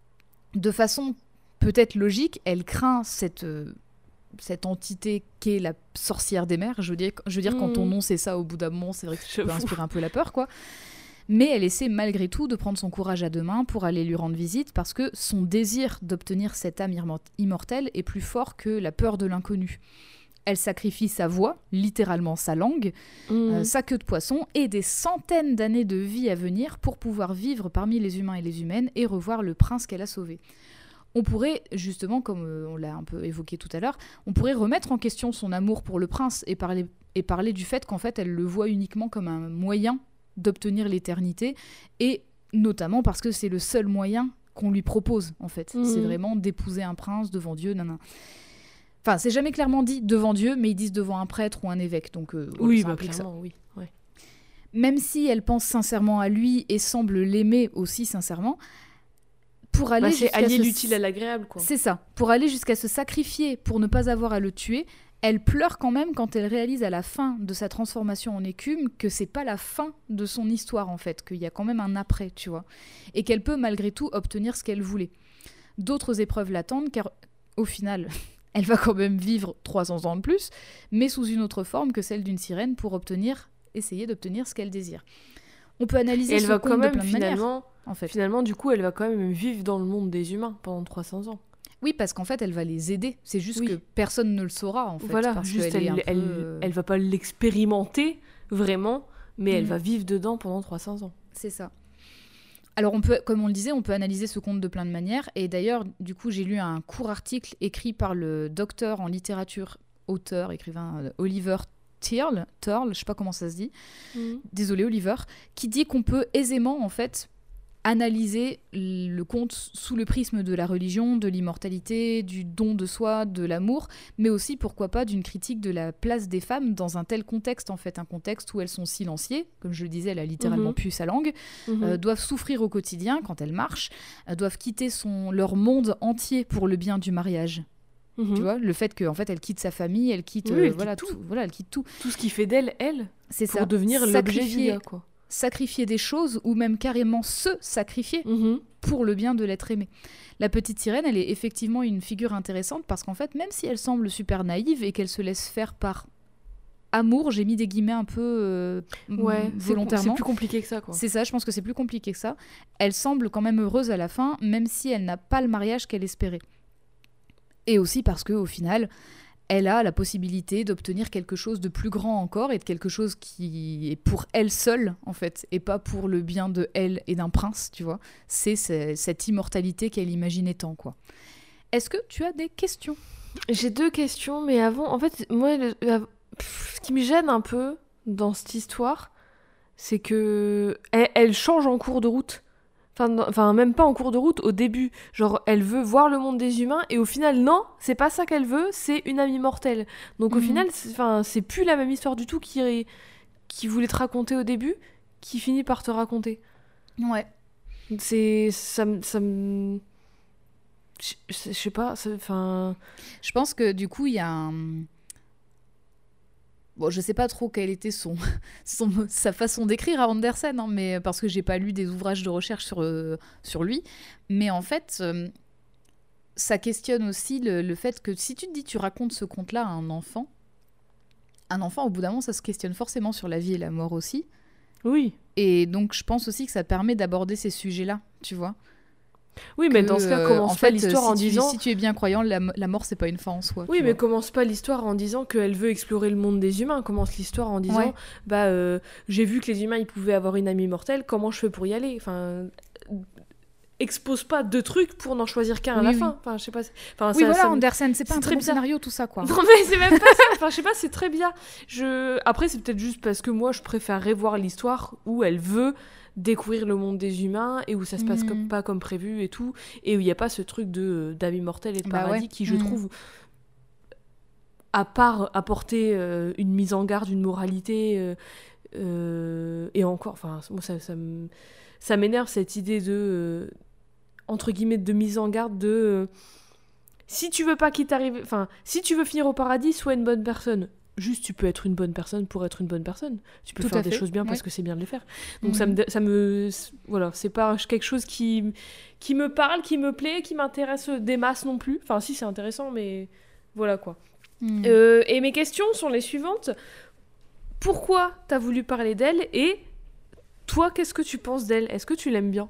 De façon peut-être logique, elle craint cette... Euh, cette entité qu'est la sorcière des mers. Je veux dire, je veux dire mmh. quand ton nom c'est ça, au bout d'un moment, c'est vrai que ça peut inspirer un peu la peur, quoi. Mais elle essaie malgré tout de prendre son courage à deux mains pour aller lui rendre visite parce que son désir d'obtenir cette âme immortelle est plus fort que la peur de l'inconnu. Elle sacrifie sa voix, littéralement sa langue, mmh. euh, sa queue de poisson et des centaines d'années de vie à venir pour pouvoir vivre parmi les humains et les humaines et revoir le prince qu'elle a sauvé. On pourrait, justement, comme on l'a un peu évoqué tout à l'heure, on pourrait remettre en question son amour pour le prince et parler, et parler du fait qu'en fait, elle le voit uniquement comme un moyen d'obtenir l'éternité, et notamment parce que c'est le seul moyen qu'on lui propose, en fait. Mmh. C'est vraiment d'épouser un prince devant Dieu, nanana. Enfin, c'est jamais clairement dit devant Dieu, mais ils disent devant un prêtre ou un évêque, donc euh, oui, ça bah, implique clairement, ça. Oui, ouais. Même si elle pense sincèrement à lui et semble l'aimer aussi sincèrement, pour aller bah, c'est allier se... l'utile à l'agréable, quoi. C'est ça. Pour aller jusqu'à se sacrifier pour ne pas avoir à le tuer, elle pleure quand même quand elle réalise à la fin de sa transformation en écume que c'est pas la fin de son histoire, en fait, qu'il y a quand même un après, tu vois. Et qu'elle peut malgré tout obtenir ce qu'elle voulait. D'autres épreuves l'attendent, car au final, elle va quand même vivre trois cents ans de plus, mais sous une autre forme que celle d'une sirène pour obtenir, essayer d'obtenir ce qu'elle désire. On peut analyser ce conte de plein de manières. En fait. Finalement, du coup, elle va quand même vivre dans le monde des humains pendant trois cents ans. Oui, parce qu'en fait, elle va les aider. C'est juste oui. que personne ne le saura, en fait. Voilà, parce juste, elle, elle, elle, peu... elle va pas l'expérimenter, vraiment, mais mmh. elle va vivre dedans pendant trois cents ans. C'est ça. Alors, on peut, comme on le disait, on peut analyser ce conte de plein de manières. Et d'ailleurs, du coup, j'ai lu un court article écrit par le docteur en littérature, auteur, écrivain euh, Oliver Thirl, Thirl, je sais pas comment ça se dit. Mmh. Désolé, Oliver, qui dit qu'on peut aisément, en fait, analyser le conte sous le prisme de la religion, de l'immortalité, du don de soi, de l'amour, mais aussi, pourquoi pas, d'une critique de la place des femmes dans un tel contexte, en fait, un contexte où elles sont silenciées, comme je le disais, elle a littéralement mmh. pu sa langue, mmh. euh, doivent souffrir au quotidien quand elles marchent, euh, doivent quitter son, leur monde entier pour le bien du mariage. Mmh. Tu vois, le fait qu'en fait, elle quitte sa famille, elle quitte, oui, euh, elle voilà, quitte tout. tout. Voilà, elle quitte tout. Tout ce qui fait d'elle, elle, c'est pour ça. devenir l'objet du gars, quoi. Sacrifier des choses ou même carrément se sacrifier mmh. pour le bien de l'être aimé. La petite sirène, elle est effectivement une figure intéressante parce qu'en fait, même si elle semble super naïve et qu'elle se laisse faire par amour, j'ai mis des guillemets un peu euh, ouais, volontairement. C'est, c'est plus compliqué que ça, quoi. C'est ça, je pense que c'est plus compliqué que ça. Elle semble quand même heureuse à la fin, même si elle n'a pas le mariage qu'elle espérait. Et aussi parce qu'au final, elle a la possibilité d'obtenir quelque chose de plus grand encore et de quelque chose qui est pour elle seule, en fait, et pas pour le bien de elle et d'un prince, tu vois. C'est, c'est cette immortalité qu'elle imaginait tant, quoi. Est-ce que tu as des questions ? J'ai deux questions, mais avant, en fait, moi, le, la, pff, ce qui me gêne un peu dans cette histoire, c'est que elle, elle change en cours de route. Enfin, enfin, même pas en cours de route, au début. Genre, elle veut voir le monde des humains, et au final, non, c'est pas ça qu'elle veut, c'est une âme immortelle. Donc mmh. au final, c'est, c'est plus la même histoire du tout qui, qui voulait te raconter au début, qui finit par te raconter. Ouais. C'est... Ça, ça me... Je, je sais pas, enfin... Je pense que, du coup, il y a un... Bon, je sais pas trop quelle était son, son, sa façon d'écrire à Andersen, hein, mais, parce que j'ai pas lu des ouvrages de recherche sur, euh, sur lui. Mais en fait, euh, ça questionne aussi le, le fait que si tu te dis tu racontes ce conte-là à un enfant, un enfant, au bout d'un moment, ça se questionne forcément sur la vie et la mort aussi. Oui. Et donc, je pense aussi que ça permet d'aborder ces sujets-là, tu vois. Oui, mais que, dans ce cas, euh, commence en pas fait, l'histoire si en tu, disant... si tu es bien croyant, la, la mort, c'est pas une fin en soi. Oui, tu mais vois. commence pas l'histoire en disant qu'elle veut explorer le monde des humains. Commence l'histoire en disant, Ouais. bah, euh, j'ai vu que les humains, ils pouvaient avoir une âme immortelle, comment je fais pour y aller? Enfin... expose pas deux trucs pour n'en choisir qu'un Oui, à la oui. fin. Enfin, je sais pas. Enfin, Oui, ça- voilà, ça me- Andersen, c'est pas c'est un très très bon bizarre. scénario, tout ça, quoi. Non, mais c'est même pas ça. Enfin, je sais pas, c'est très bien. Je... Après, c'est peut-être juste parce que moi, je préférerais voir l'histoire où elle veut découvrir le monde des humains et où ça se passe Mhm. comme, pas comme prévu et tout. Et où il n'y a pas ce truc de, d'âme immortelle et de Bah paradis ouais. qui, je Mhm. trouve, à part apporter euh, une mise en garde, une moralité, euh, euh, et encore, enfin, moi, ça, ça, me- ça m'énerve cette idée de, euh, entre guillemets, de mise en garde de... euh, si tu veux pas qu'il t'arrive... Enfin, si tu veux finir au paradis, sois une bonne personne. Juste, tu peux être une bonne personne pour être une bonne personne. Tu peux Tout faire à des fait, choses bien parce ouais. que c'est bien de les faire. Donc Mhm. ça me... ça me voilà, c'est pas quelque chose qui, qui me parle, qui me plaît, qui m'intéresse des masses non plus. Enfin, si, c'est intéressant, mais voilà, quoi. Mhm. Euh, et mes questions sont les suivantes. Pourquoi t'as voulu parler d'elle? Et toi, qu'est-ce que tu penses d'elle? Est-ce que tu l'aimes bien?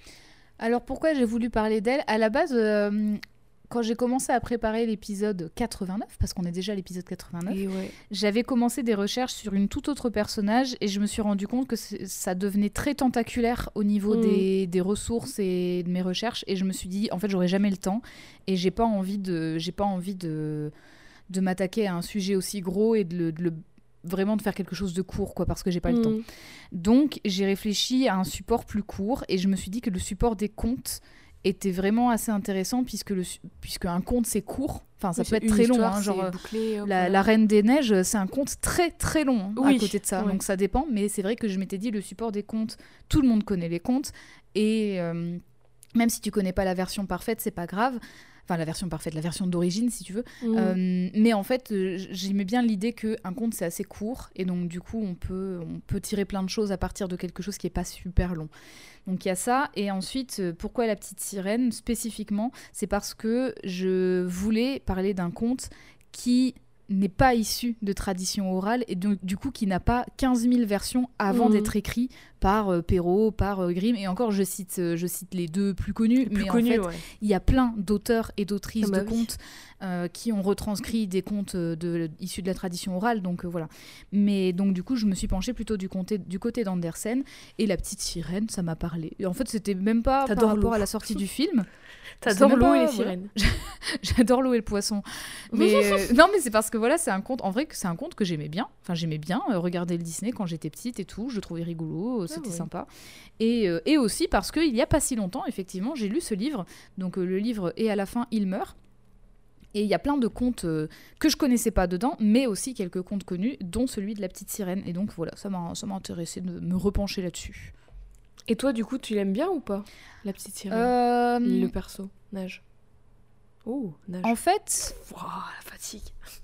Alors pourquoi j'ai voulu parler d'elle? À la base, euh, quand j'ai commencé à préparer l'épisode quatre-vingt-neuf, parce qu'on est déjà à l'épisode quatre-vingt-neuf, Et ouais. j'avais commencé des recherches sur une toute autre personnage et je me suis rendu compte que c'est- ça devenait très tentaculaire au niveau Mhm. des, des ressources et de mes recherches et je me suis dit en fait j'aurais jamais le temps et j'ai pas envie de j'ai pas envie de de m'attaquer à un sujet aussi gros et de le, de le- vraiment de faire quelque chose de court quoi parce que j'ai pas le temps. Mhm. Donc j'ai réfléchi à un support plus court et je me suis dit que le support des contes était vraiment assez intéressant puisque, le, su- puisque un conte c'est court, enfin ça Oui, peut c'est être une très long, histoire, hein, genre c'est euh, bouclé, hop, la, voilà. la Reine des Neiges c'est un conte très très long hein, Oui, à côté de ça, ouais. donc ça dépend, mais c'est vrai que je m'étais dit le support des contes, tout le monde connaît les contes et euh, même si tu connais pas la version parfaite c'est pas grave. Enfin, la version parfaite, la version d'origine, si tu veux. Mhm. Euh, mais en fait, euh, j'aimais bien l'idée qu'un conte, c'est assez court. Et donc, du coup, on peut, on peut tirer plein de choses à partir de quelque chose qui n'est pas super long. Donc, il y a ça. Et ensuite, euh, pourquoi la petite sirène, spécifiquement? C'est parce que je voulais parler d'un conte qui n'est pas issu de tradition orale et donc, du coup, qui n'a pas quinze mille versions avant Mhm. d'être écrit par euh, Perrault, par euh, Grimm. Et encore, je cite, euh, je cite les deux plus connus. Le plus mais connu, en fait, ouais. il y a plein d'auteurs et d'autrices Ah bah de oui. contes euh, qui ont retranscrit des contes euh, de, issus de la tradition orale, donc euh, voilà. Mais donc du coup, je me suis penchée plutôt du, comté- du côté d'Andersen, et La Petite Sirène, ça m'a parlé. Et en fait, c'était même pas par T'adores rapport l'eau. à la sortie du film. T'adores C'est même l'eau pas- et les voilà. sirènes. J'adore l'eau et le poisson. Mais euh, non, mais c'est parce que voilà, c'est un conte. En vrai, que c'est un conte que j'aimais bien. Enfin, j'aimais bien euh, regarder le Disney quand j'étais petite et tout. Je le trouvais rigolo, euh, c'était ouais. sympa. Et, euh, et aussi parce qu'il y a pas si longtemps, effectivement, j'ai lu ce livre. Donc euh, le livre et à la fin, il meurt. Et il y a plein de contes euh, que je connaissais pas dedans, mais aussi quelques contes connus, dont celui de la petite sirène. Et donc voilà, ça m'a ça m'a intéressé de me repencher là-dessus. Et toi, du coup, tu l'aimes bien ou pas? La petite sirène. Euh, Le perso. Nage. Oh, nage. en fait, Wouah, la fatigue.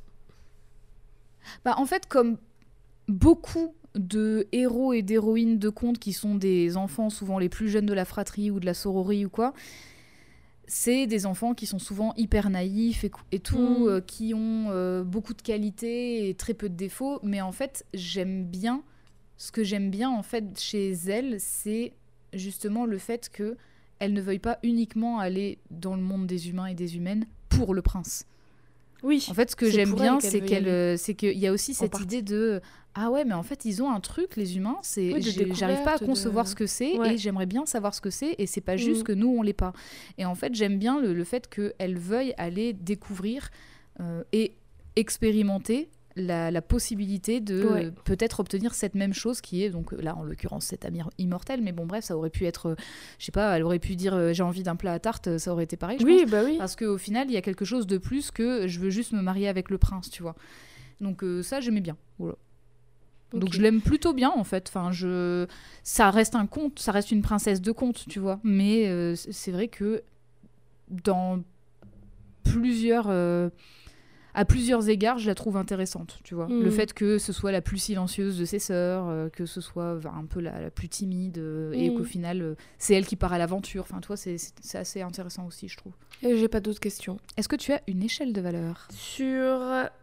bah, en fait, comme beaucoup de héros et d'héroïnes de contes qui sont des enfants souvent les plus jeunes de la fratrie ou de la sororie ou quoi, c'est des enfants qui sont souvent hyper naïfs et, cou- et tout, Mm. euh, qui ont euh, beaucoup de qualités et très peu de défauts. Mais en fait, j'aime bien, ce que j'aime bien en fait chez elle, c'est justement le fait que elle ne veuille pas uniquement aller dans le monde des humains et des humaines pour le prince. Oui. En fait, ce que C'est j'aime pour bien, elle qu'elle c'est veut y qu'elle, aller. euh, c'est qu'il y a aussi cette partie. idée de ah ouais, mais en fait, ils ont un truc, les humains. C'est Oui, de j'ai- j'arrive pas à découverte, concevoir de- ce que c'est Ouais. et j'aimerais bien savoir ce que c'est et c'est pas juste Mhm. que nous on l'est pas. Et en fait, j'aime bien le, le fait qu'elle veuille aller découvrir euh, et expérimenter la, la possibilité de Ouais. euh, peut-être obtenir cette même chose qui est donc là en l'occurrence cet ami immortel. Mais bon bref, ça aurait pu être, euh, je sais pas, elle aurait pu dire euh, j'ai envie d'un plat à tarte, ça aurait été pareil. Je pense. Oui, bah oui. Parce qu'au final, il y a quelque chose de plus que je veux juste me marier avec le prince, tu vois. Donc euh, ça, j'aimais bien. Voilà. Donc Ok. je l'aime plutôt bien, en fait. Enfin, je... Ça reste un conte, ça reste une princesse de conte, tu vois. Mais euh, c- c'est vrai que dans plusieurs... euh, à plusieurs égards, je la trouve intéressante, tu vois. Mm. Le fait que ce soit la plus silencieuse de ses sœurs, euh, que ce soit enfin, un peu la, la plus timide, euh, et Mm. qu'au final, euh, c'est elle qui part à l'aventure. Enfin, toi, c'est c'est- c'est assez intéressant aussi, je trouve. Et j'ai pas d'autres questions. Est-ce que tu as une échelle de valeur? Sur.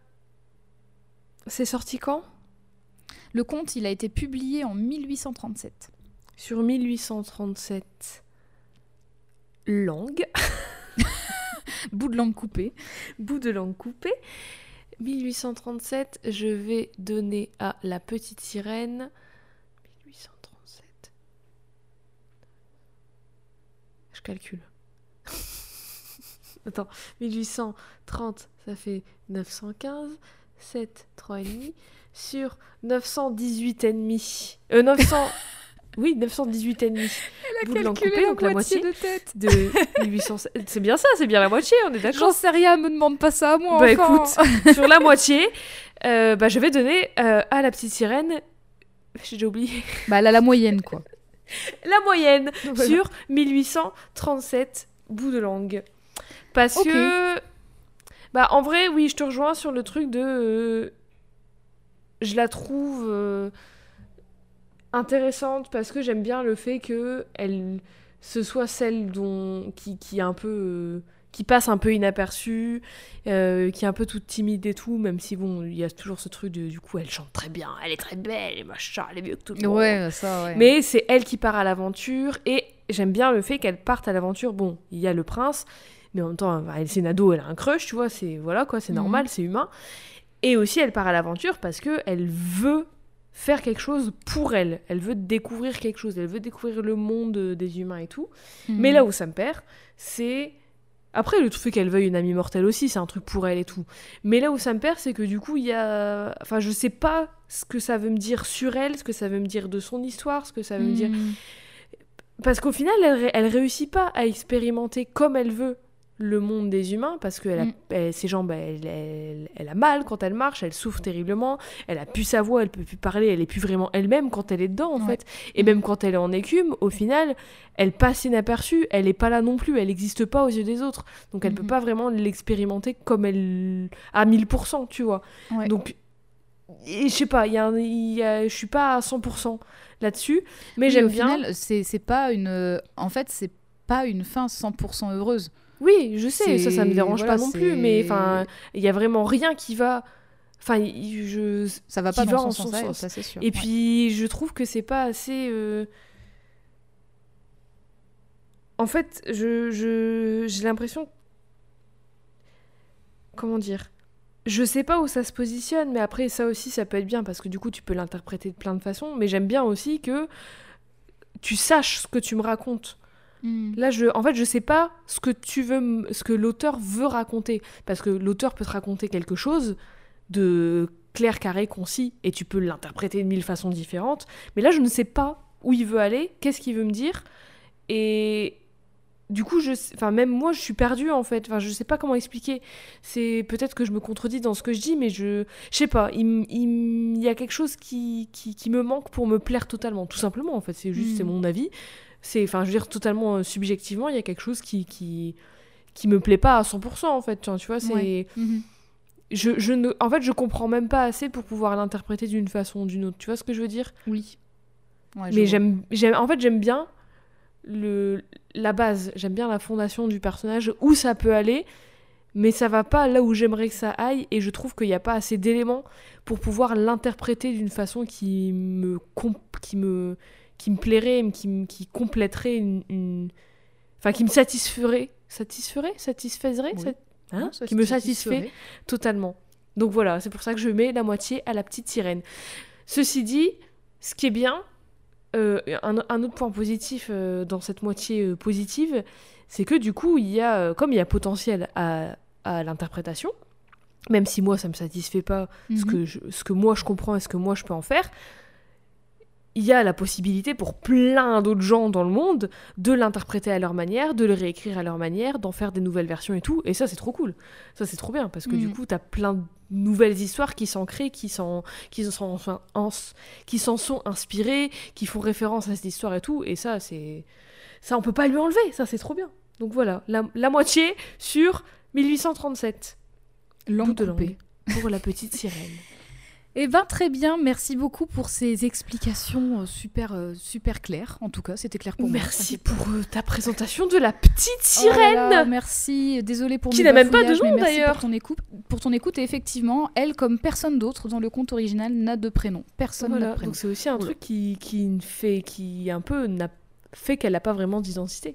C'est sorti quand? Le conte, il a été publié en mille huit cent trente-sept. Sur mille huit cent trente-sept. langue. Bout de langue coupée. Bout de langue coupée. mille huit cent trente-sept, je vais donner à La Petite Sirène. mille huit cent trente-sept. Je calcule. Attends, mille huit cent trente, ça fait neuf cent quinze. sept, trois virgule cinq. Sur neuf cent dix-huit virgule cinq. Euh, neuf cents... Oui, neuf cent dix-huit virgule cinq. Elle a calculé la, la moitié de tête. De mille huit cents... C'est bien ça, c'est bien la moitié, on est d'accord. J'en sais rien, me demande pas ça à moi. Bah enfin. écoute, sur la moitié, euh, bah, je vais donner euh, à La Petite Sirène... J'ai déjà oublié. Bah elle a la moyenne, quoi. La moyenne, voilà. Sur mille huit cent trente-sept bouts de langue. Parce okay. que... Bah en vrai, oui, je te rejoins sur le truc de... Euh, je la trouve... Euh, intéressante parce que j'aime bien le fait que elle ce soit celle dont qui qui est un peu euh, qui passe un peu inaperçue, euh, qui est un peu toute timide et tout, même si bon il y a toujours ce truc de du coup elle chante très bien, elle est très belle et machin, elle est mieux que tout le monde. Ouais, ça ouais. Mais c'est elle qui part à l'aventure et j'aime bien le fait qu'elle parte à l'aventure. Bon, il y a le prince, mais en même temps elle c'est une ado, elle a un crush, tu vois, c'est voilà quoi, c'est normal, mmh. c'est humain. Et aussi elle part à l'aventure parce que elle veut faire quelque chose pour elle. Elle veut découvrir quelque chose. Elle veut découvrir le monde des humains et tout. Mmh. Mais là où ça me perd, c'est... Après, le fait qu'elle veuille une amie mortelle aussi, c'est un truc pour elle et tout. Mais là où ça me perd, c'est que du coup, il y a... Enfin, je sais pas ce que ça veut me dire sur elle, ce que ça veut me dire de son histoire, ce que ça veut mmh. me dire... Parce qu'au final, elle, elle réussit pas à expérimenter comme elle veut le monde des humains, parce que elle a, mm. elle, ses jambes, elle, elle, elle a mal quand elle marche, elle souffre terriblement, elle a plus sa voix, elle peut plus parler, elle est plus vraiment elle-même quand elle est dedans, en ouais. fait. Et même quand elle est en écume, au final, elle passe inaperçue, elle est pas là non plus, elle n'existe pas aux yeux des autres. Donc elle mm-hmm. peut pas vraiment l'expérimenter comme elle... à mille pour cent, tu vois. Ouais. Donc, je sais pas, y a un, y a, je suis pas à cent pour cent là-dessus, mais oui, j'aime au bien... Final, c'est, c'est pas une... En fait, c'est pas une fin cent pour cent heureuse. Oui, je sais, c'est... ça, ça me dérange voilà, pas non c'est... plus, mais enfin, il y a vraiment rien qui va, enfin, je, ça va pas dans va son en sens, son sens. Ça c'est sûr. Et ouais. puis, je trouve que c'est pas assez. Euh... En fait, je, je, j'ai l'impression, comment dire, je sais pas où ça se positionne, mais après ça aussi, ça peut être bien parce que du coup, tu peux l'interpréter de plein de façons. Mais j'aime bien aussi que tu saches ce que tu me racontes. Mmh. Là, je, en fait, je sais pas ce que tu veux, ce que l'auteur veut raconter, parce que l'auteur peut te raconter quelque chose de clair, carré, concis, et tu peux l'interpréter de mille façons différentes. Mais là, je ne sais pas où il veut aller, qu'est-ce qu'il veut me dire, et du coup, je, enfin, même moi, je suis perdue en fait. Enfin, je sais pas comment expliquer. C'est peut-être que je me contredis dans ce que je dis, mais je, je sais pas. Il, il, il y a quelque chose qui, qui, qui me manque pour me plaire totalement, tout simplement. En fait, c'est juste, mmh. c'est mon avis. C'est, enfin, je veux dire, totalement euh, subjectivement, il y a quelque chose qui, qui, qui me plaît pas à cent pour cent, en fait, tu vois, c'est... Ouais. Mm-hmm. Je, je ne... En fait, je comprends même pas assez pour pouvoir l'interpréter d'une façon ou d'une autre, tu vois ce que je veux dire ? Oui. Ouais, mais j'aime, j'aime... En fait, j'aime bien le... la base, j'aime bien la fondation du personnage, où ça peut aller, mais ça va pas là où j'aimerais que ça aille, et je trouve qu'il y a pas assez d'éléments pour pouvoir l'interpréter d'une façon qui me... Comp... qui me... qui me plairait, qui, qui compléterait une, une... Enfin, qui me satisferait. Satisferait Satisfaiserait oui. Sat... hein non, Qui me satisfait totalement. Donc voilà, c'est pour ça que je mets la moitié à La Petite Sirène. Ceci dit, ce qui est bien, euh, un, un autre point positif euh, dans cette moitié euh, positive, c'est que du coup, il y a, euh, comme il y a potentiel à, à l'interprétation, même si moi, ça me satisfait pas mm-hmm. ce, que je, ce que moi je comprends et ce que moi je peux en faire, il y a la possibilité pour plein d'autres gens dans le monde de l'interpréter à leur manière, de le réécrire à leur manière, d'en faire des nouvelles versions et tout. Et ça, c'est trop cool. Ça, c'est trop bien parce que mmh. du coup, t'as plein de nouvelles histoires qui s'en créent, qui s'en, qui s'en, en, qui s'en sont inspirées, qui font référence à cette histoire et tout. Et ça, c'est... ça, on peut pas lui enlever. Ça, c'est trop bien. Donc voilà, la, la moitié sur mille huit cent trente-sept. Langue de langue pour La Petite Sirène. Eh ben très bien, merci beaucoup pour ces explications super, euh, super claires. En tout cas, c'était clair pour merci moi. Merci pour euh, ta présentation de La Petite Sirène. Oh là là, merci, désolée pour qui mes n'a même pas de nom merci d'ailleurs. Pour ton écoute, pour ton écoute. Et effectivement, elle, comme personne d'autre dans le conte original, n'a de prénom. Personne voilà, n'a de prénom. Donc c'est aussi un Oula. truc qui, qui fait, qui un peu n'a fait qu'elle n'a pas vraiment d'identité.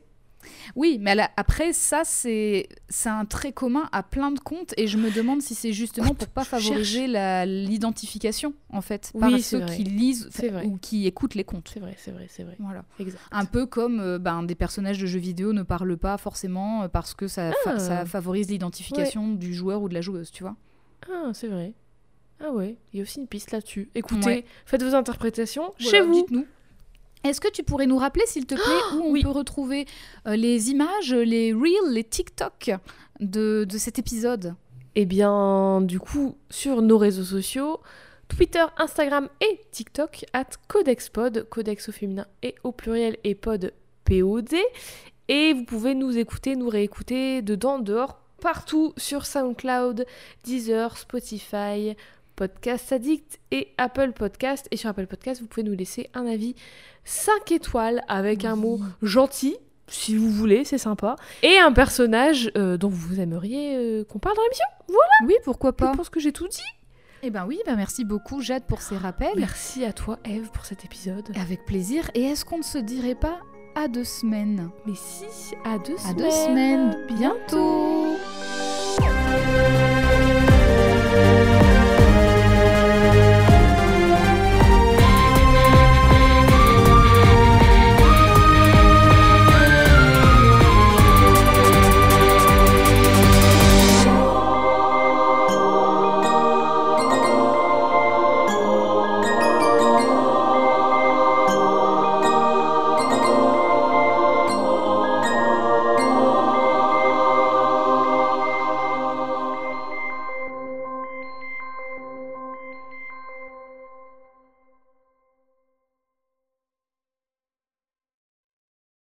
Oui, mais là, après, ça, c'est, c'est un trait commun à plein de comptes et je me demande si c'est justement pour pas favoriser la, l'identification, en fait, par Oui, ceux c'est vrai. qui lisent C'est vrai. ou qui écoutent les comptes. C'est vrai, c'est vrai, c'est vrai. Voilà. Exact. Un peu comme euh, ben, des personnages de jeux vidéo ne parlent pas forcément euh, parce que ça, fa- Ah. ça favorise l'identification du joueur ou de la joueuse, tu vois. Ah, c'est vrai. Ah ouais, il y a aussi une piste là-dessus. Écoutez, Ouais. faites vos interprétations Voilà, chez vous. dites-nous. Est-ce que tu pourrais nous rappeler, s'il te plaît, où on oui. peut retrouver euh, les images, les reels, les TikTok de, de cet épisode ? Eh bien, du coup, sur nos réseaux sociaux, Twitter, Instagram et TikTok, at CodexPod, Codex au féminin et au pluriel et pod, P O D. Et vous pouvez nous écouter, nous réécouter dedans, dehors, partout sur SoundCloud, Deezer, Spotify, Podcast Addict et Apple Podcast. Et sur Apple Podcast, vous pouvez nous laisser un avis cinq étoiles avec Oui. un mot gentil, si vous voulez, c'est sympa. Et un personnage euh, dont vous aimeriez euh, qu'on parle dans l'émission. Oui, pourquoi pas. Je pense que j'ai tout dit. Eh ben oui, ben merci beaucoup Jade pour ces rappels. Merci à toi, Eve, pour cet épisode. Avec plaisir. Et est-ce qu'on ne se dirait pas à deux semaines ? Mais si, à deux À semaines. deux semaines, bientôt. bientôt.